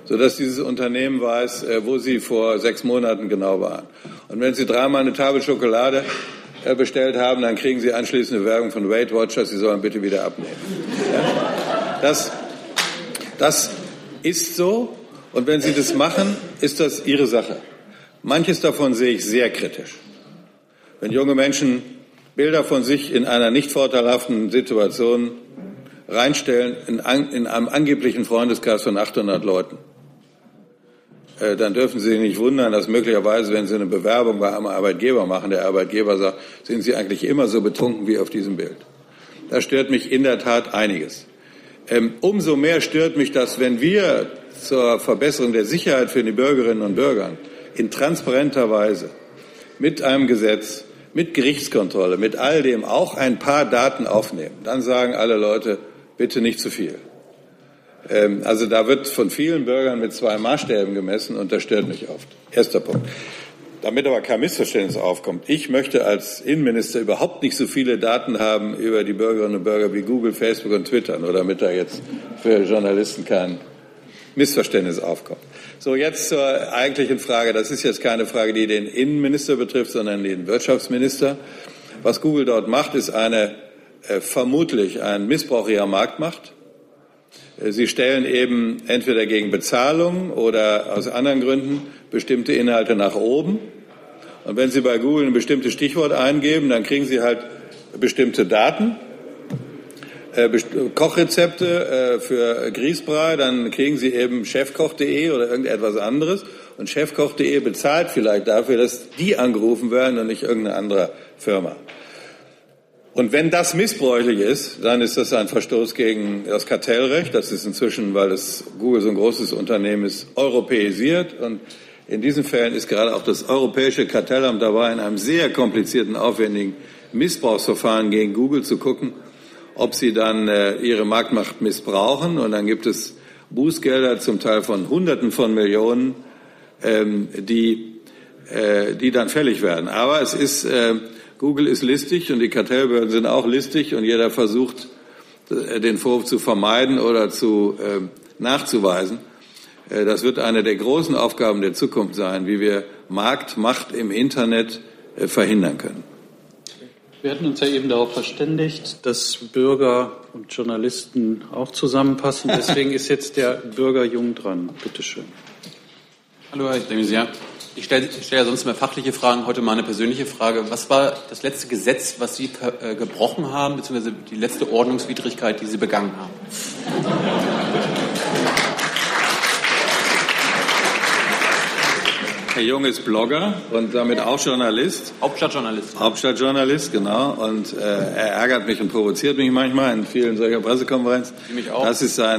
sodass dieses Unternehmen weiß, wo Sie vor 6 Monaten genau waren. Und wenn Sie 3-mal eine Tafel Schokolade bestellt haben, dann kriegen Sie anschließend eine Werbung von Weight Watchers, Sie sollen bitte wieder abnehmen. Ja? Das ist so, und wenn Sie das machen, ist das Ihre Sache. Manches davon sehe ich sehr kritisch. Wenn junge Menschen Bilder von sich in einer nicht vorteilhaften Situation reinstellen, in einem angeblichen Freundeskreis von 800 Leuten, dann dürfen Sie sich nicht wundern, dass möglicherweise, wenn Sie eine Bewerbung bei einem Arbeitgeber machen, der Arbeitgeber sagt, sind Sie eigentlich immer so betrunken wie auf diesem Bild. Da stört mich in der Tat einiges. Umso mehr stört mich das, wenn wir zur Verbesserung der Sicherheit für die Bürgerinnen und Bürger in transparenter Weise mit einem Gesetz, mit Gerichtskontrolle, mit all dem auch ein paar Daten aufnehmen. Dann sagen alle Leute, bitte nicht zu viel. Also da wird von vielen Bürgern mit 2 Maßstäben gemessen, und das stört mich oft. Erster Punkt. Damit aber kein Missverständnis aufkommt. Ich möchte als Innenminister überhaupt nicht so viele Daten haben über die Bürgerinnen und Bürger wie Google, Facebook und Twitter, nur damit da jetzt für Journalisten kein Missverständnis aufkommt. So, jetzt zur eigentlichen Frage. Das ist jetzt keine Frage, die den Innenminister betrifft, sondern den Wirtschaftsminister. Was Google dort macht, ist vermutlich ein Missbrauch ihrer Marktmacht. Sie stellen eben entweder gegen Bezahlung oder aus anderen Gründen bestimmte Inhalte nach oben. Und wenn Sie bei Google ein bestimmtes Stichwort eingeben, dann kriegen Sie halt bestimmte Daten, Kochrezepte für Grießbrei, dann kriegen Sie eben chefkoch.de oder irgendetwas anderes. Und chefkoch.de bezahlt vielleicht dafür, dass die angerufen werden und nicht irgendeine andere Firma. Und wenn das missbräuchlich ist, dann ist das ein Verstoß gegen das Kartellrecht. Das ist inzwischen, weil das Google so ein großes Unternehmen ist, europäisiert. Und in diesen Fällen ist gerade auch das Europäische Kartellamt dabei, in einem sehr komplizierten, aufwendigen Missbrauchsverfahren gegen Google zu gucken, ob sie dann ihre Marktmacht missbrauchen. Und dann gibt es Bußgelder, zum Teil von Hunderten von Millionen, die dann fällig werden. Aber es ist Google ist listig und die Kartellbehörden sind auch listig, und jeder versucht, den Vorwurf zu vermeiden oder nachzuweisen. Das wird eine der großen Aufgaben der Zukunft sein, wie wir Marktmacht im Internet verhindern können. Wir hatten uns ja eben darauf verständigt, dass Bürger und Journalisten auch zusammenpassen. Deswegen ist jetzt der Bürger Jung dran. Bitte schön. Hallo, Herr Demisier. Ich stelle ja sonst immer fachliche Fragen, heute mal eine persönliche Frage. Was war das letzte Gesetz, was Sie gebrochen haben, beziehungsweise die letzte Ordnungswidrigkeit, die Sie begangen haben? Herr Jung ist Blogger und damit auch Journalist. Hauptstadtjournalist. Hauptstadtjournalist, genau. Und er ärgert mich und provoziert mich manchmal in vielen solcher Pressekonferenzen. Sie mich auch.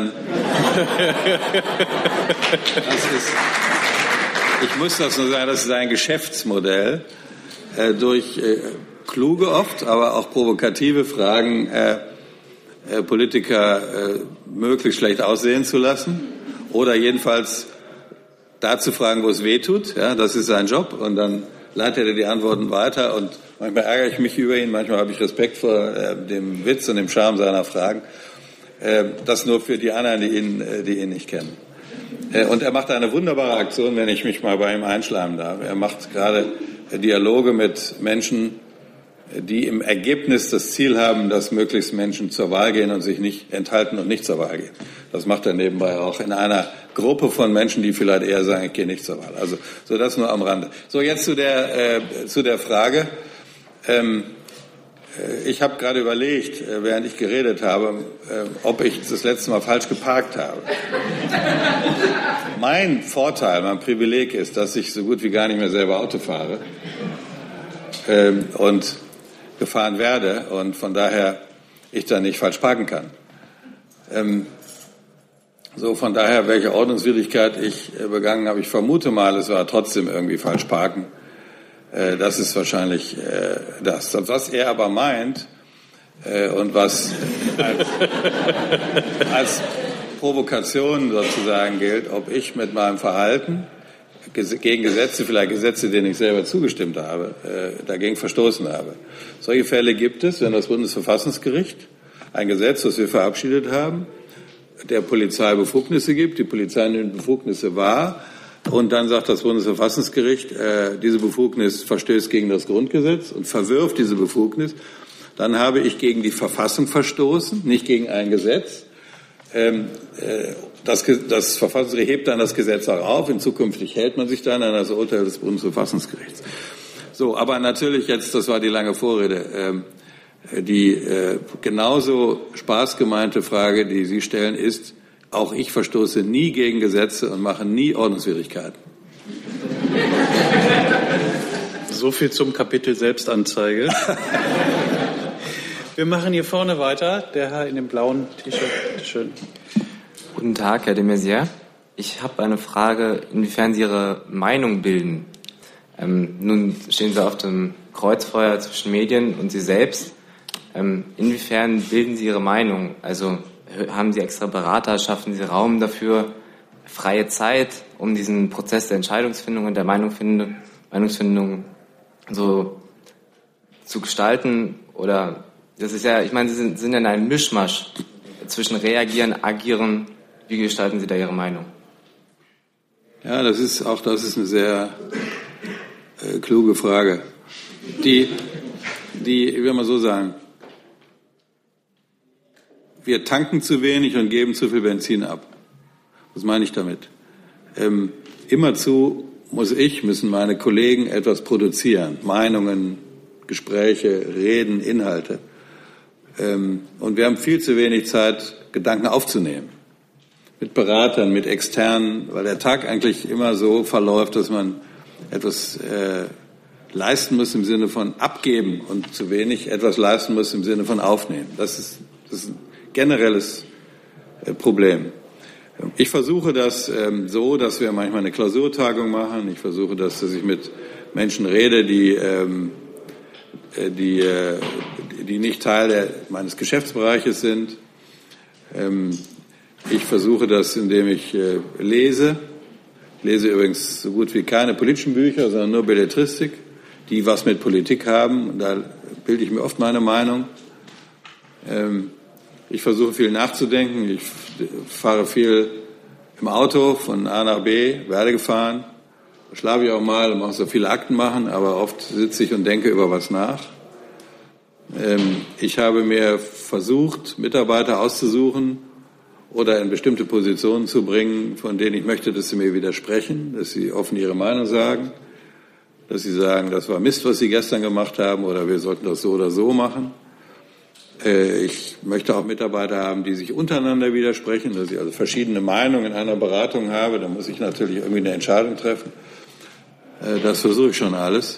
Ich muss das nur sagen, das ist ein Geschäftsmodell, durch kluge oft, aber auch provokative Fragen Politiker möglichst schlecht aussehen zu lassen oder jedenfalls da zu fragen, wo es weh tut. Ja, das ist sein Job, und dann leitet er die Antworten weiter, und manchmal ärgere ich mich über ihn, manchmal habe ich Respekt vor dem Witz und dem Charme seiner Fragen. Das nur für die anderen, die ihn nicht kennen. Und er macht eine wunderbare Aktion, wenn ich mich mal bei ihm einschleimen darf. Er macht gerade Dialoge mit Menschen, die im Ergebnis das Ziel haben, dass möglichst Menschen zur Wahl gehen und sich nicht enthalten und nicht zur Wahl gehen. Das macht er nebenbei auch in einer Gruppe von Menschen, die vielleicht eher sagen, ich gehe nicht zur Wahl. Also so das nur am Rande. So, jetzt zu der Frage. Ich habe gerade überlegt, während ich geredet habe, ob ich das letzte Mal falsch geparkt habe. Mein Vorteil, mein Privileg ist, dass ich so gut wie gar nicht mehr selber Auto fahre und gefahren werde, und von daher ich dann nicht falsch parken kann. Von daher, welche Ordnungswidrigkeit ich begangen habe, ich vermute mal, es war trotzdem irgendwie falsch parken. Das ist wahrscheinlich das. Was er aber meint und was als Provokation sozusagen gilt, ob ich mit meinem Verhalten gegen Gesetze, vielleicht Gesetze, denen ich selber zugestimmt habe, dagegen verstoßen habe. Solche Fälle gibt es, wenn das Bundesverfassungsgericht ein Gesetz, das wir verabschiedet haben, der Polizei Befugnisse gibt. Die Polizei nimmt Befugnisse wahr. Und dann sagt das Bundesverfassungsgericht, diese Befugnis verstößt gegen das Grundgesetz und verwirft diese Befugnis. Dann habe ich gegen die Verfassung verstoßen, nicht gegen ein Gesetz. Das Verfassungsgericht hebt dann das Gesetz auch auf. In zukünftig hält man sich dann an das Urteil des Bundesverfassungsgerichts. So, aber natürlich jetzt, das war die lange Vorrede, die genauso spaß gemeinte Frage, die Sie stellen, ist, auch ich verstoße nie gegen Gesetze und mache nie Ordnungswidrigkeiten. So viel zum Kapitel Selbstanzeige. Wir machen hier vorne weiter. Der Herr in dem blauen T-Shirt, bitte schön. Guten Tag, Herr de Maizière. Ich habe eine Frage, inwiefern Sie Ihre Meinung bilden. Nun stehen Sie auf dem Kreuzfeuer zwischen Medien und Sie selbst. Inwiefern bilden Sie Ihre Meinung? Also haben Sie extra Berater, schaffen Sie Raum dafür, freie Zeit, um diesen Prozess der Entscheidungsfindung und der Meinungsfindung so zu gestalten? Oder das ist ja, ich meine, Sie sind in einem Mischmasch zwischen reagieren, agieren. Wie gestalten Sie da Ihre Meinung? Ja, das ist eine sehr kluge Frage. Ich will mal so sagen, wir tanken zu wenig und geben zu viel Benzin ab. Was meine ich damit? Immerzu müssen meine Kollegen etwas produzieren. Meinungen, Gespräche, Reden, Inhalte. Und wir haben viel zu wenig Zeit, Gedanken aufzunehmen. Mit Beratern, mit Externen, weil der Tag eigentlich immer so verläuft, dass man etwas leisten muss im Sinne von abgeben und zu wenig etwas leisten muss im Sinne von aufnehmen. Das ist ein generelles Problem. Ich versuche das so, dass wir manchmal eine Klausurtagung machen. Ich versuche das, dass ich mit Menschen rede, die nicht Teil meines Geschäftsbereiches sind. Ich versuche das, indem ich lese. Ich lese übrigens so gut wie keine politischen Bücher, sondern nur Belletristik, die was mit Politik haben. Da bilde ich mir oft meine Meinung. Ich versuche viel nachzudenken. Ich fahre viel im Auto von A nach B, werde gefahren. Da schlafe ich auch mal und mache so viele Akten machen, aber oft sitze ich und denke über was nach. Ich habe mir versucht, Mitarbeiter auszusuchen oder in bestimmte Positionen zu bringen, von denen ich möchte, dass sie mir widersprechen, dass sie offen ihre Meinung sagen, dass sie sagen, das war Mist, was sie gestern gemacht haben, oder wir sollten das so oder so machen. Ich möchte auch Mitarbeiter haben, die sich untereinander widersprechen, dass ich also verschiedene Meinungen in einer Beratung habe. Da muss ich natürlich irgendwie eine Entscheidung treffen. Das versuche ich schon alles.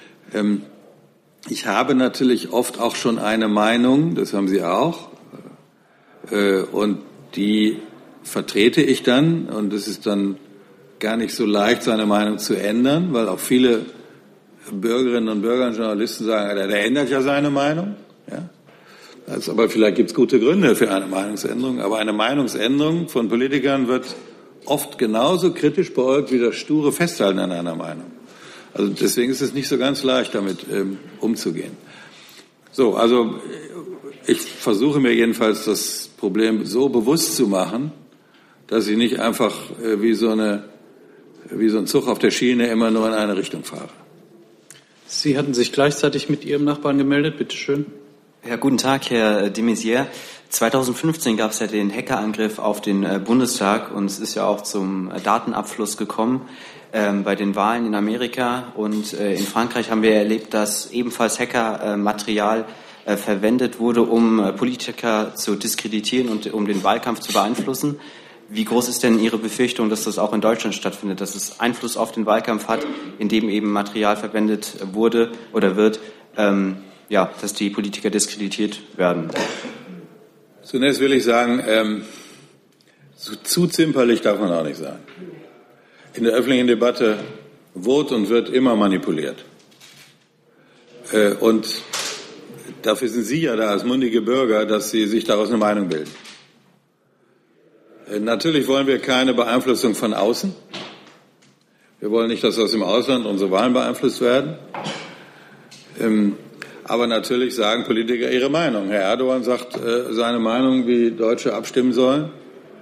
Ich habe natürlich oft auch schon eine Meinung, das haben Sie auch, und die vertrete ich dann, und es ist dann gar nicht so leicht, seine Meinung zu ändern, weil auch viele Bürgerinnen und Bürger und Journalisten sagen, der ändert ja seine Meinung. Ja? Aber vielleicht gibt es gute Gründe für eine Meinungsänderung. Aber eine Meinungsänderung von Politikern wird oft genauso kritisch beäugt wie das sture Festhalten an einer Meinung. Also deswegen ist es nicht so ganz leicht, damit umzugehen. So, also ich versuche mir jedenfalls das Problem so bewusst zu machen, dass ich nicht einfach wie so ein Zug auf der Schiene immer nur in eine Richtung fahre. Sie hatten sich gleichzeitig mit Ihrem Nachbarn gemeldet, bitte schön. Ja, guten Tag, Herr de Maizière. 2015 gab es ja den Hackerangriff auf den Bundestag und es ist ja auch zum Datenabfluss gekommen bei den Wahlen in Amerika. Und in Frankreich haben wir erlebt, dass ebenfalls Hackermaterial verwendet wurde, um Politiker zu diskreditieren und um den Wahlkampf zu beeinflussen. Wie groß ist denn Ihre Befürchtung, dass das auch in Deutschland stattfindet, dass es Einfluss auf den Wahlkampf hat, in dem eben Material verwendet wurde oder wird, dass die Politiker diskreditiert werden? Zunächst will ich sagen, zu zimperlich darf man auch nicht sein. In der öffentlichen Debatte wurde und wird immer manipuliert. Und dafür sind Sie ja da als mündige Bürger, dass Sie sich daraus eine Meinung bilden. Natürlich wollen wir keine Beeinflussung von außen. Wir wollen nicht, dass aus dem Ausland unsere Wahlen beeinflusst werden. Aber natürlich sagen Politiker ihre Meinung. Herr Erdogan sagt seine Meinung, wie Deutsche abstimmen sollen.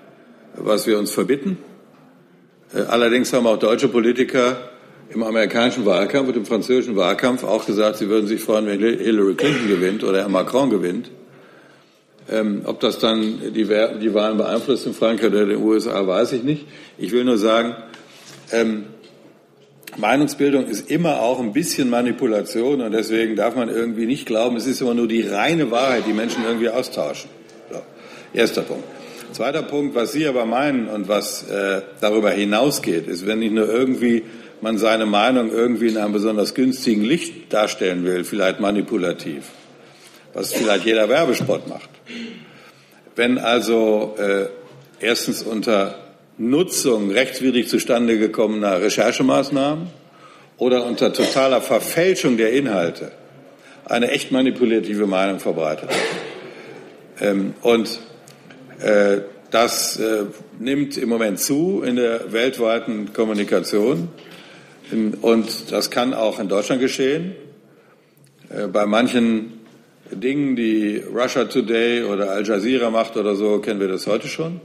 was wir uns verbitten. Allerdings haben auch deutsche Politiker im amerikanischen Wahlkampf und im französischen Wahlkampf auch gesagt, sie würden sich freuen, wenn Hillary Clinton gewinnt oder Macron gewinnt. Ob das dann die Wahlen beeinflusst in Frankreich oder den USA, weiß ich nicht. Ich will nur sagen, Meinungsbildung ist immer auch ein bisschen Manipulation und deswegen darf man irgendwie nicht glauben, es ist immer nur die reine Wahrheit, die Menschen irgendwie austauschen. So, erster Punkt. Zweiter Punkt, was Sie aber meinen und was darüber hinausgeht, ist, wenn nicht nur irgendwie man seine Meinung irgendwie in einem besonders günstigen Licht darstellen will, vielleicht manipulativ, was vielleicht jeder Werbespot macht. Wenn also erstens unter Nutzung rechtswidrig zustande gekommener Recherchemaßnahmen oder unter totaler Verfälschung der Inhalte eine echt manipulative Meinung verbreitet wird. Das nimmt im Moment zu in der weltweiten Kommunikation. Und das kann auch in Deutschland geschehen. Bei manchen Dingen, die Russia Today oder Al Jazeera macht oder so, kennen wir das heute schon.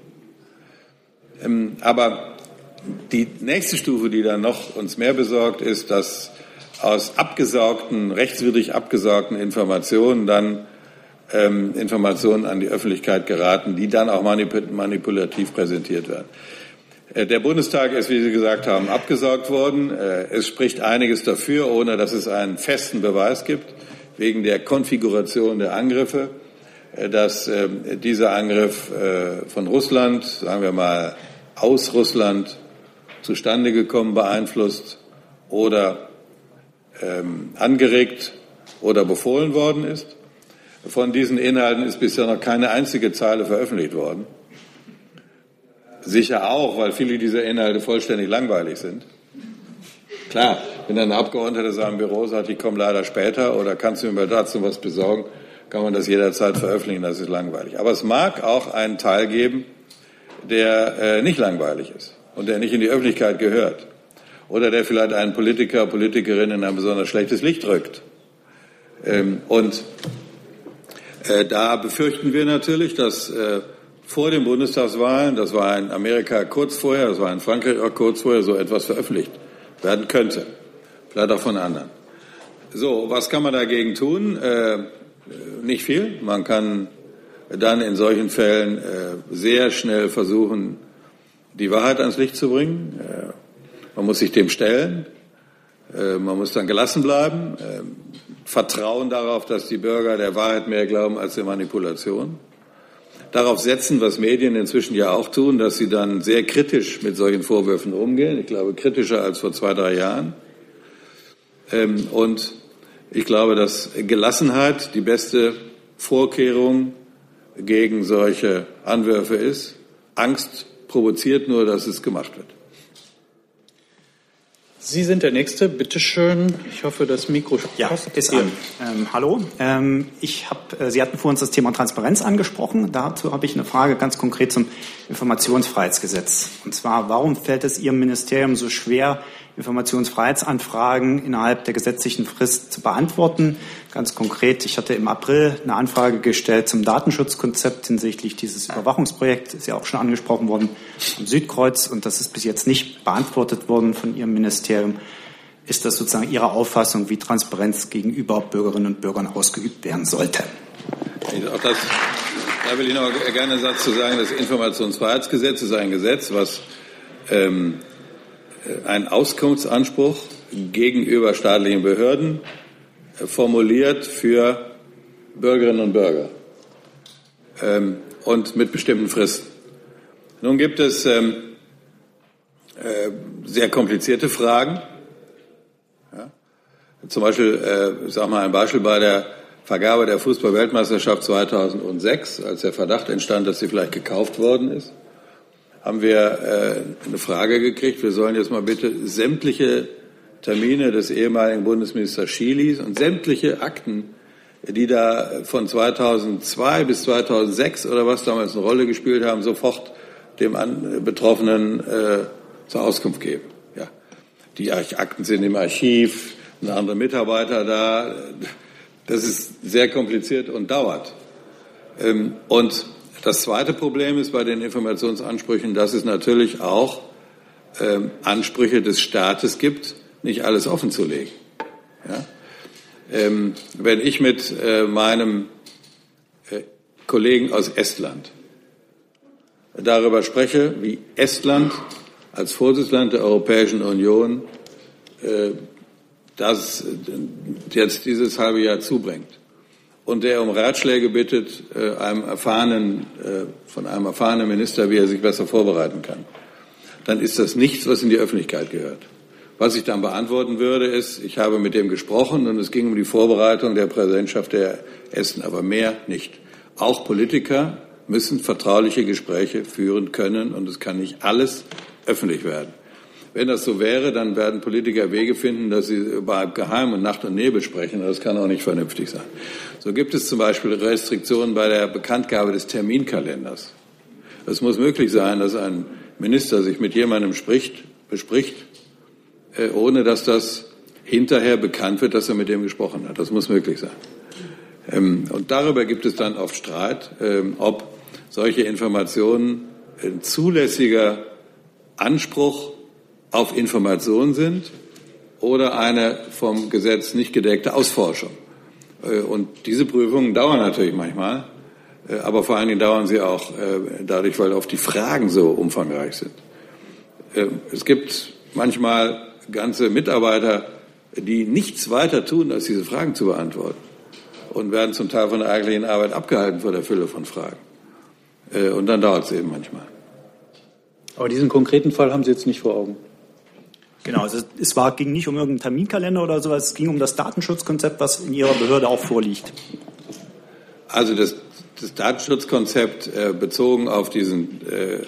Aber die nächste Stufe, die dann noch uns mehr besorgt, ist, dass aus rechtswidrig abgesaugten Informationen dann Informationen an die Öffentlichkeit geraten, die dann auch manipulativ präsentiert werden. Der Bundestag ist, wie Sie gesagt haben, abgesaugt worden. Es spricht einiges dafür, ohne dass es einen festen Beweis gibt, wegen der Konfiguration der Angriffe, dass dieser Angriff von Russland, sagen wir mal aus Russland, zustande gekommen, beeinflusst oder angeregt oder befohlen worden ist. Von diesen Inhalten ist bisher noch keine einzige Zeile veröffentlicht worden. Sicher auch, weil viele dieser Inhalte vollständig langweilig sind. Klar, wenn ein Abgeordneter seinem Büro sagt, ich komme leider später oder kannst du mir dazu was besorgen, kann man das jederzeit veröffentlichen, das ist langweilig. Aber es mag auch einen Teil geben, der nicht langweilig ist und der nicht in die Öffentlichkeit gehört oder der vielleicht einen Politiker, Politikerin in ein besonders schlechtes Licht rückt. Da befürchten wir natürlich, dass vor den Bundestagswahlen, das war in Amerika kurz vorher, das war in Frankreich auch kurz vorher, so etwas veröffentlicht werden könnte. Vielleicht auch von anderen. So, was kann man dagegen tun? Nicht viel. Man kann dann in solchen Fällen sehr schnell versuchen, die Wahrheit ans Licht zu bringen. Man muss sich dem stellen. Man muss dann gelassen bleiben. Vertrauen darauf, dass die Bürger der Wahrheit mehr glauben als der Manipulation. Darauf setzen, was Medien inzwischen ja auch tun, dass sie dann sehr kritisch mit solchen Vorwürfen umgehen. Ich glaube, kritischer als vor 2-3 Jahren. Und ich glaube, dass Gelassenheit die beste Vorkehrung gegen solche Anwürfe ist. Angst provoziert nur, dass es gemacht wird. Sie sind der Nächste, bitteschön. Ich hoffe, das Mikro passt. Ist an. Hallo. Sie hatten vor uns das Thema Transparenz angesprochen. Dazu habe ich eine Frage ganz konkret zum Informationsfreiheitsgesetz. Und zwar, warum fällt es Ihrem Ministerium so schwer, Informationsfreiheitsanfragen innerhalb der gesetzlichen Frist zu beantworten? Ganz konkret, ich hatte im April eine Anfrage gestellt zum Datenschutzkonzept hinsichtlich dieses Überwachungsprojekts, ist ja auch schon angesprochen worden, am Südkreuz, und das ist bis jetzt nicht beantwortet worden von Ihrem Ministerium. Ist das sozusagen Ihre Auffassung, wie Transparenz gegenüber Bürgerinnen und Bürgern ausgeübt werden sollte? Da will ich noch gerne einen Satz zu sagen. Das Informationsfreiheitsgesetz ist ein Gesetz, was einen Auskunftsanspruch gegenüber staatlichen Behörden formuliert für Bürgerinnen und Bürger und mit bestimmten Fristen. Nun gibt es sehr komplizierte Fragen. Ja. Zum Beispiel, ein Beispiel bei der Vergabe der Fußball-Weltmeisterschaft 2006, als der Verdacht entstand, dass sie vielleicht gekauft worden ist, haben wir eine Frage gekriegt, wir sollen jetzt mal bitte sämtliche Termine des ehemaligen Bundesministers Schilis und sämtliche Akten, die da von 2002 bis 2006 oder was damals eine Rolle gespielt haben, sofort dem Betroffenen zur Auskunft geben. Ja. Die Akten sind im Archiv, ein anderer Mitarbeiter da. Das ist sehr kompliziert und dauert. Und Das zweite Problem ist bei den Informationsansprüchen, dass es natürlich auch Ansprüche des Staates gibt, nicht alles offenzulegen. Ja? Wenn ich mit meinem Kollegen aus Estland darüber spreche, wie Estland als Vorsitzland der Europäischen Union das jetzt dieses halbe Jahr zubringt und der um Ratschläge bittet von einem erfahrenen Minister, wie er sich besser vorbereiten kann, dann ist das nichts, was in die Öffentlichkeit gehört. Was ich dann beantworten würde, ist, ich habe mit dem gesprochen und es ging um die Vorbereitung der Präsidentschaft der Esten, aber mehr nicht. Auch Politiker müssen vertrauliche Gespräche führen können und es kann nicht alles öffentlich werden. Wenn das so wäre, dann werden Politiker Wege finden, dass sie über Geheim und Nacht und Nebel sprechen. Das kann auch nicht vernünftig sein. So gibt es zum Beispiel Restriktionen bei der Bekanntgabe des Terminkalenders. Es muss möglich sein, dass ein Minister sich mit jemandem bespricht, ohne dass das hinterher bekannt wird, dass er mit dem gesprochen hat. Das muss möglich sein. Und darüber gibt es dann oft Streit, ob solche Informationen ein zulässiger Anspruch auf Information sind oder eine vom Gesetz nicht gedeckte Ausforschung. Und diese Prüfungen dauern natürlich manchmal, aber vor allen Dingen dauern sie auch dadurch, weil oft die Fragen so umfangreich sind. Es gibt manchmal ganze Mitarbeiter, die nichts weiter tun, als diese Fragen zu beantworten und werden zum Teil von der eigentlichen Arbeit abgehalten vor der Fülle von Fragen. Und dann dauert es eben manchmal. Aber diesen konkreten Fall haben Sie jetzt nicht vor Augen. Genau, also ging nicht um irgendeinen Terminkalender oder sowas, es ging um das Datenschutzkonzept, was in Ihrer Behörde auch vorliegt. Also das Datenschutzkonzept bezogen auf diesen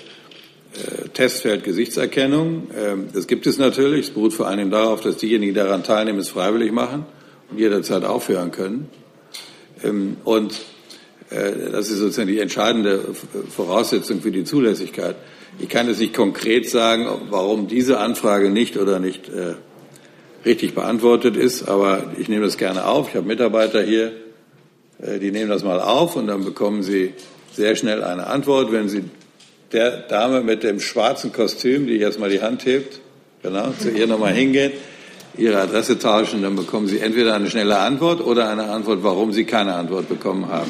Testfeld Gesichtserkennung, das gibt es natürlich. Es beruht vor allen Dingen darauf, dass diejenigen, die daran teilnehmen, es freiwillig machen und jederzeit aufhören können. Und das ist sozusagen die entscheidende Voraussetzung für die Zulässigkeit. Ich kann jetzt nicht konkret sagen, warum diese Anfrage nicht oder nicht richtig beantwortet ist, aber ich nehme das gerne auf. Ich habe Mitarbeiter hier, die nehmen das mal auf und dann bekommen sie sehr schnell eine Antwort. Wenn Sie der Dame mit dem schwarzen Kostüm, die jetzt mal die Hand hebt, genau, zu ihr nochmal hingehen, Ihre Adresse tauschen, dann bekommen Sie entweder eine schnelle Antwort oder eine Antwort, warum Sie keine Antwort bekommen haben.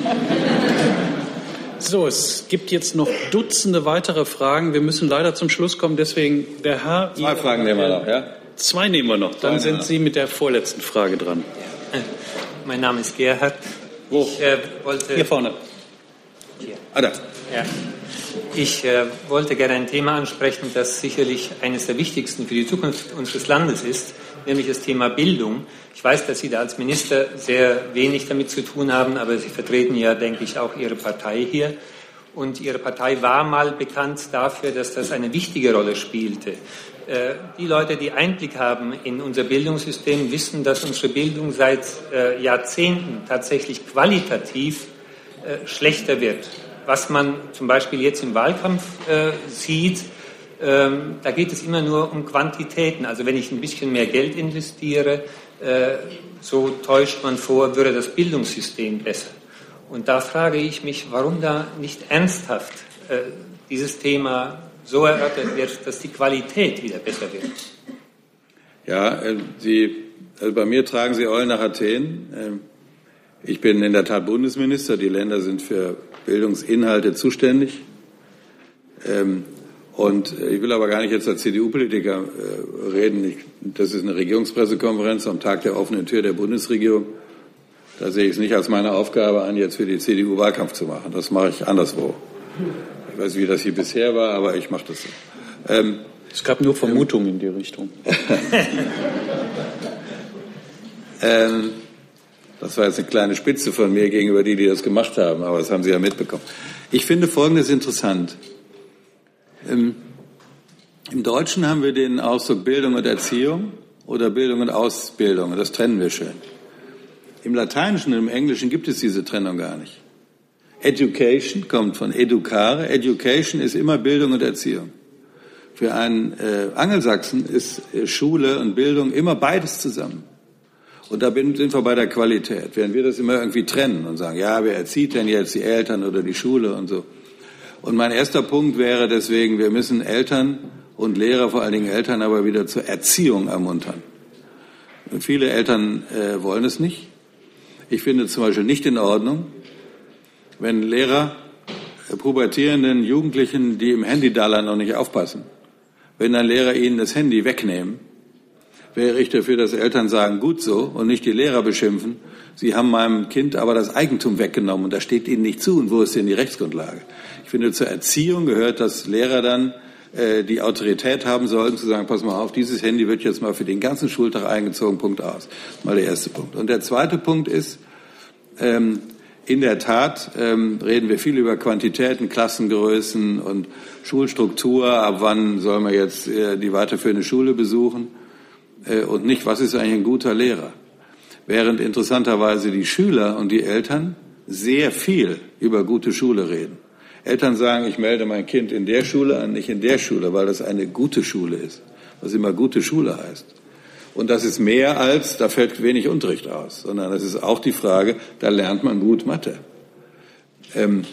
So, es gibt jetzt noch Dutzende weitere Fragen. Wir müssen leider zum Schluss kommen, deswegen der Herr... Zwei Fragen nehmen wir noch, ja? Zwei nehmen wir noch, dann sind Sie mit der vorletzten Frage dran. Mein Name ist Gerhard. Wo? Hier vorne. Hier. Ah, da. Ja. Ich wollte gerne ein Thema ansprechen, das sicherlich eines der wichtigsten für die Zukunft unseres Landes ist, nämlich das Thema Bildung. Ich weiß, dass Sie da als Minister sehr wenig damit zu tun haben, aber Sie vertreten ja, denke ich, auch Ihre Partei hier. Und Ihre Partei war mal bekannt dafür, dass das eine wichtige Rolle spielte. Die Leute, die Einblick haben in unser Bildungssystem, wissen, dass unsere Bildung seit Jahrzehnten tatsächlich qualitativ schlechter wird. Was man zum Beispiel jetzt im Wahlkampf sieht, da geht es immer nur um Quantitäten. Also wenn ich ein bisschen mehr Geld investiere, so täuscht man vor, würde das Bildungssystem besser. Und da frage ich mich, warum da nicht ernsthaft dieses Thema so erörtert wird, dass die Qualität wieder besser wird. Ja, also bei mir tragen Sie Eulen nach Athen. Ich bin in der Tat Bundesminister. Die Länder sind für Bildungsinhalte zuständig. Und ich will aber gar nicht jetzt als CDU-Politiker reden. Das ist eine Regierungspressekonferenz am Tag der offenen Tür der Bundesregierung. Da sehe ich es nicht als meine Aufgabe an, jetzt für die CDU Wahlkampf zu machen. Das mache ich anderswo. Ich weiß nicht, wie das hier bisher war, aber ich mache das so. Es gab nur Vermutungen in die Richtung. Das war jetzt eine kleine Spitze von mir gegenüber die das gemacht haben, aber das haben Sie ja mitbekommen. Ich finde Folgendes interessant. Im Deutschen haben wir den Ausdruck Bildung und Erziehung oder Bildung und Ausbildung, und das trennen wir schön. Im Lateinischen und im Englischen gibt es diese Trennung gar nicht. Education kommt von educare. Education ist immer Bildung und Erziehung. Für einen Angelsachsen ist Schule und Bildung immer beides zusammen. Und da sind wir bei der Qualität. Während wir das immer irgendwie trennen und sagen, ja, wer erzieht denn jetzt, die Eltern oder die Schule und so. Und mein erster Punkt wäre deswegen, wir müssen Eltern und Lehrer, vor allen Dingen Eltern, aber wieder zur Erziehung ermuntern. Viele Eltern wollen es nicht. Ich finde zum Beispiel nicht in Ordnung, wenn Lehrer pubertierenden Jugendlichen, die im Handy-Dalern noch nicht aufpassen, wenn ein Lehrer ihnen das Handy wegnehmen, wäre ich dafür, dass Eltern sagen, gut so, und nicht die Lehrer beschimpfen, sie haben meinem Kind aber das Eigentum weggenommen und das steht ihnen nicht zu und wo ist denn die Rechtsgrundlage? Ich finde, zur Erziehung gehört, dass Lehrer dann die Autorität haben sollten, zu sagen, pass mal auf, dieses Handy wird jetzt mal für den ganzen Schultag eingezogen, Punkt aus. Mal der erste Punkt. Und der zweite Punkt ist, in der Tat reden wir viel über Quantitäten, Klassengrößen und Schulstruktur, ab wann soll man jetzt die weiterführende Schule besuchen und nicht, was ist eigentlich ein guter Lehrer. Während interessanterweise die Schüler und die Eltern sehr viel über gute Schule reden. Eltern sagen, ich melde mein Kind in der Schule an, nicht in der Schule, weil das eine gute Schule ist, was immer gute Schule heißt. Und das ist mehr als, da fällt wenig Unterricht aus, sondern das ist auch die Frage, da lernt man gut Mathe. Und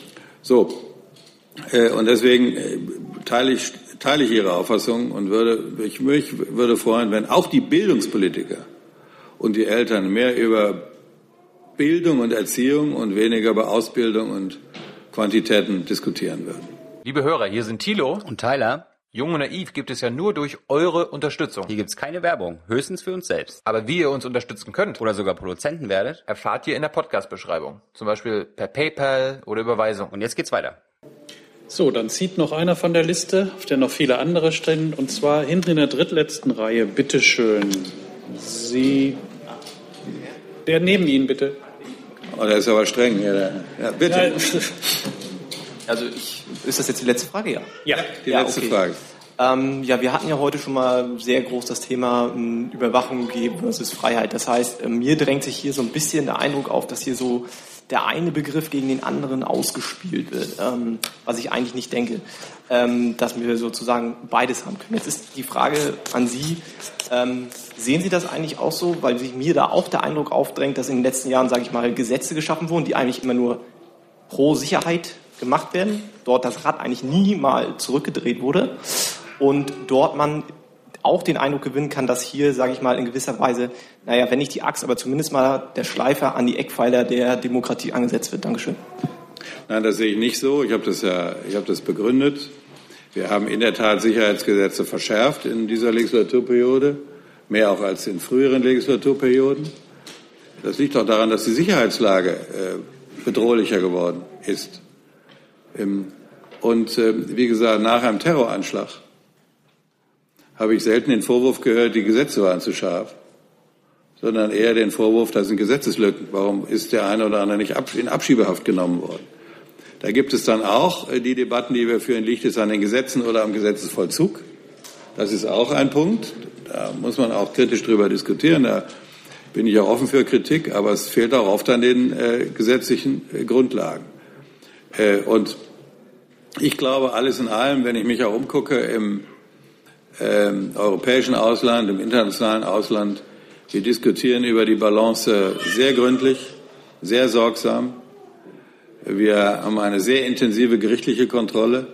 deswegen teile ich Ihre Auffassung und mich würde freuen, wenn auch die Bildungspolitiker und die Eltern mehr über Bildung und Erziehung und weniger über Ausbildung und Quantitäten diskutieren würden. Liebe Hörer, hier sind Thilo und Tyler. Jung und Naiv gibt es ja nur durch eure Unterstützung. Hier gibt's keine Werbung, höchstens für uns selbst. Aber wie ihr uns unterstützen könnt oder sogar Produzenten werdet, erfahrt ihr in der Podcast-Beschreibung. Zum Beispiel per PayPal oder Überweisung. Und jetzt geht's weiter. So, dann zieht noch einer von der Liste, auf der noch viele andere stehen, und zwar hinten in der drittletzten Reihe. Bitte schön. Der neben Ihnen, bitte. Oh, der ist aber streng. Ja, bitte. Ja, also ist das jetzt die letzte Frage? Ja, die letzte Frage. Wir hatten ja heute schon mal sehr groß das Thema Überwachung versus Freiheit. Das heißt, mir drängt sich hier so ein bisschen der Eindruck auf, dass hier so der eine Begriff gegen den anderen ausgespielt wird, was ich eigentlich nicht denke, dass wir sozusagen beides haben können. Jetzt ist die Frage an Sie, sehen Sie das eigentlich auch so, weil sich mir da auch der Eindruck aufdrängt, dass in den letzten Jahren, sage ich mal, Gesetze geschaffen wurden, die eigentlich immer nur pro Sicherheit gemacht werden, dort das Rad eigentlich nie mal zurückgedreht wurde und dort man auch den Eindruck gewinnen kann, dass hier, sage ich mal, in gewisser Weise, wenn nicht die Axt, aber zumindest mal der Schleifer an die Eckpfeiler der Demokratie angesetzt wird. Dankeschön. Nein, das sehe ich nicht so. Ich habe das begründet. Wir haben in der Tat Sicherheitsgesetze verschärft in dieser Legislaturperiode, mehr auch als in früheren Legislaturperioden. Das liegt auch daran, dass die Sicherheitslage bedrohlicher geworden ist. Und wie gesagt, nach einem Terroranschlag habe ich selten den Vorwurf gehört, die Gesetze waren zu scharf, sondern eher den Vorwurf, das sind Gesetzeslücken. Warum ist der eine oder andere nicht in Abschiebehaft genommen worden? Da gibt es dann auch die Debatten, die wir führen, liegt es an den Gesetzen oder am Gesetzesvollzug? Das ist auch ein Punkt. Da muss man auch kritisch drüber diskutieren. Da bin ich auch offen für Kritik, aber es fehlt auch oft an den gesetzlichen Grundlagen. Und ich glaube, alles in allem, wenn ich mich auch umgucke im europäischen Ausland, im internationalen Ausland, wir diskutieren über die Balance sehr gründlich, sehr sorgsam. Wir haben eine sehr intensive gerichtliche Kontrolle.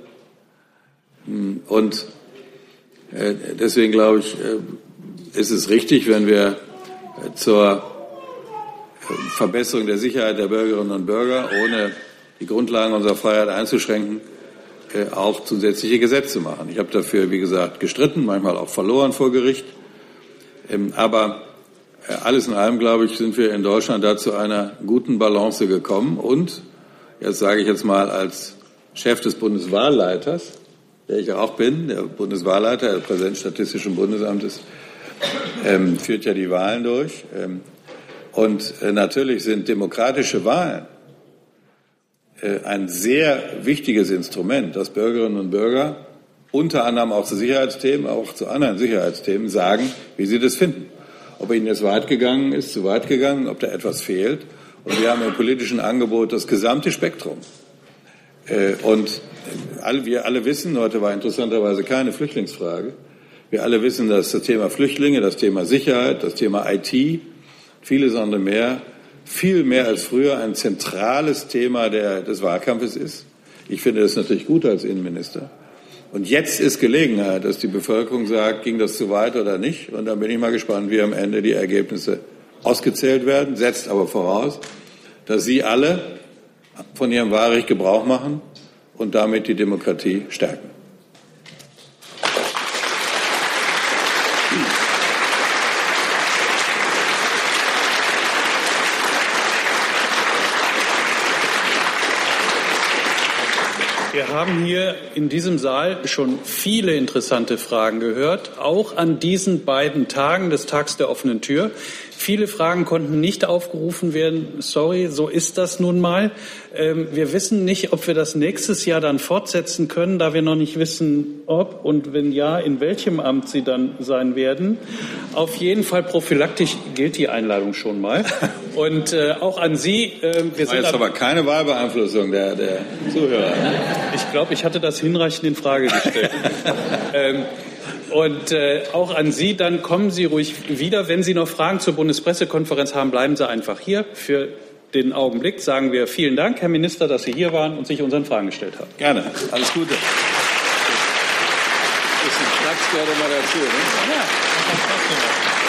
Und deswegen glaube ich, ist es richtig, wenn wir zur Verbesserung der Sicherheit der Bürgerinnen und Bürger, ohne die Grundlagen unserer Freiheit einzuschränken, auch zusätzliche Gesetze machen. Ich habe dafür, wie gesagt, gestritten, manchmal auch verloren vor Gericht. Aber alles in allem, glaube ich, sind wir in Deutschland da zu einer guten Balance gekommen. Und, jetzt sage ich jetzt mal als Chef des Bundeswahlleiters, der ich auch bin, der Bundeswahlleiter, der Präsident des Statistischen Bundesamtes, führt ja die Wahlen durch. Und natürlich sind demokratische Wahlen ein sehr wichtiges Instrument, dass Bürgerinnen und Bürger unter anderem auch zu Sicherheitsthemen, auch zu anderen Sicherheitsthemen sagen, wie sie das finden. Ob ihnen das weit gegangen ist, zu weit gegangen, ob da etwas fehlt. Und wir haben im politischen Angebot das gesamte Spektrum. Und wir alle wissen, heute war interessanterweise keine Flüchtlingsfrage, wir alle wissen, dass das Thema Flüchtlinge, das Thema Sicherheit, das Thema IT, vieles andere mehr, viel mehr als früher ein zentrales Thema des Wahlkampfes ist. Ich finde das natürlich gut als Innenminister. Und jetzt ist Gelegenheit, dass die Bevölkerung sagt, ging das zu weit oder nicht. Und dann bin ich mal gespannt, wie am Ende die Ergebnisse ausgezählt werden, setzt aber voraus, dass Sie alle von Ihrem Wahlrecht Gebrauch machen und damit die Demokratie stärken. Wir haben hier in diesem Saal schon viele interessante Fragen gehört, auch an diesen beiden Tagen des Tags der offenen Tür. Viele Fragen konnten nicht aufgerufen werden. Sorry, so ist das nun mal. Wir wissen nicht, ob wir das nächstes Jahr dann fortsetzen können, da wir noch nicht wissen, ob und wenn ja, in welchem Amt Sie dann sein werden. Auf jeden Fall prophylaktisch gilt die Einladung schon mal. Und auch an Sie. Wir sind jetzt aber keine Wahlbeeinflussung der Zuhörer. Ich glaube, ich hatte das hinreichend in Frage gestellt. Und auch an Sie, dann kommen Sie ruhig wieder. Wenn Sie noch Fragen zur Bundespressekonferenz haben, bleiben Sie einfach hier. Für den Augenblick sagen wir vielen Dank, Herr Minister, dass Sie hier waren und sich unseren Fragen gestellt haben. Gerne. Alles Gute. Bisschen Platz gehört immer dazu, ne? Ja,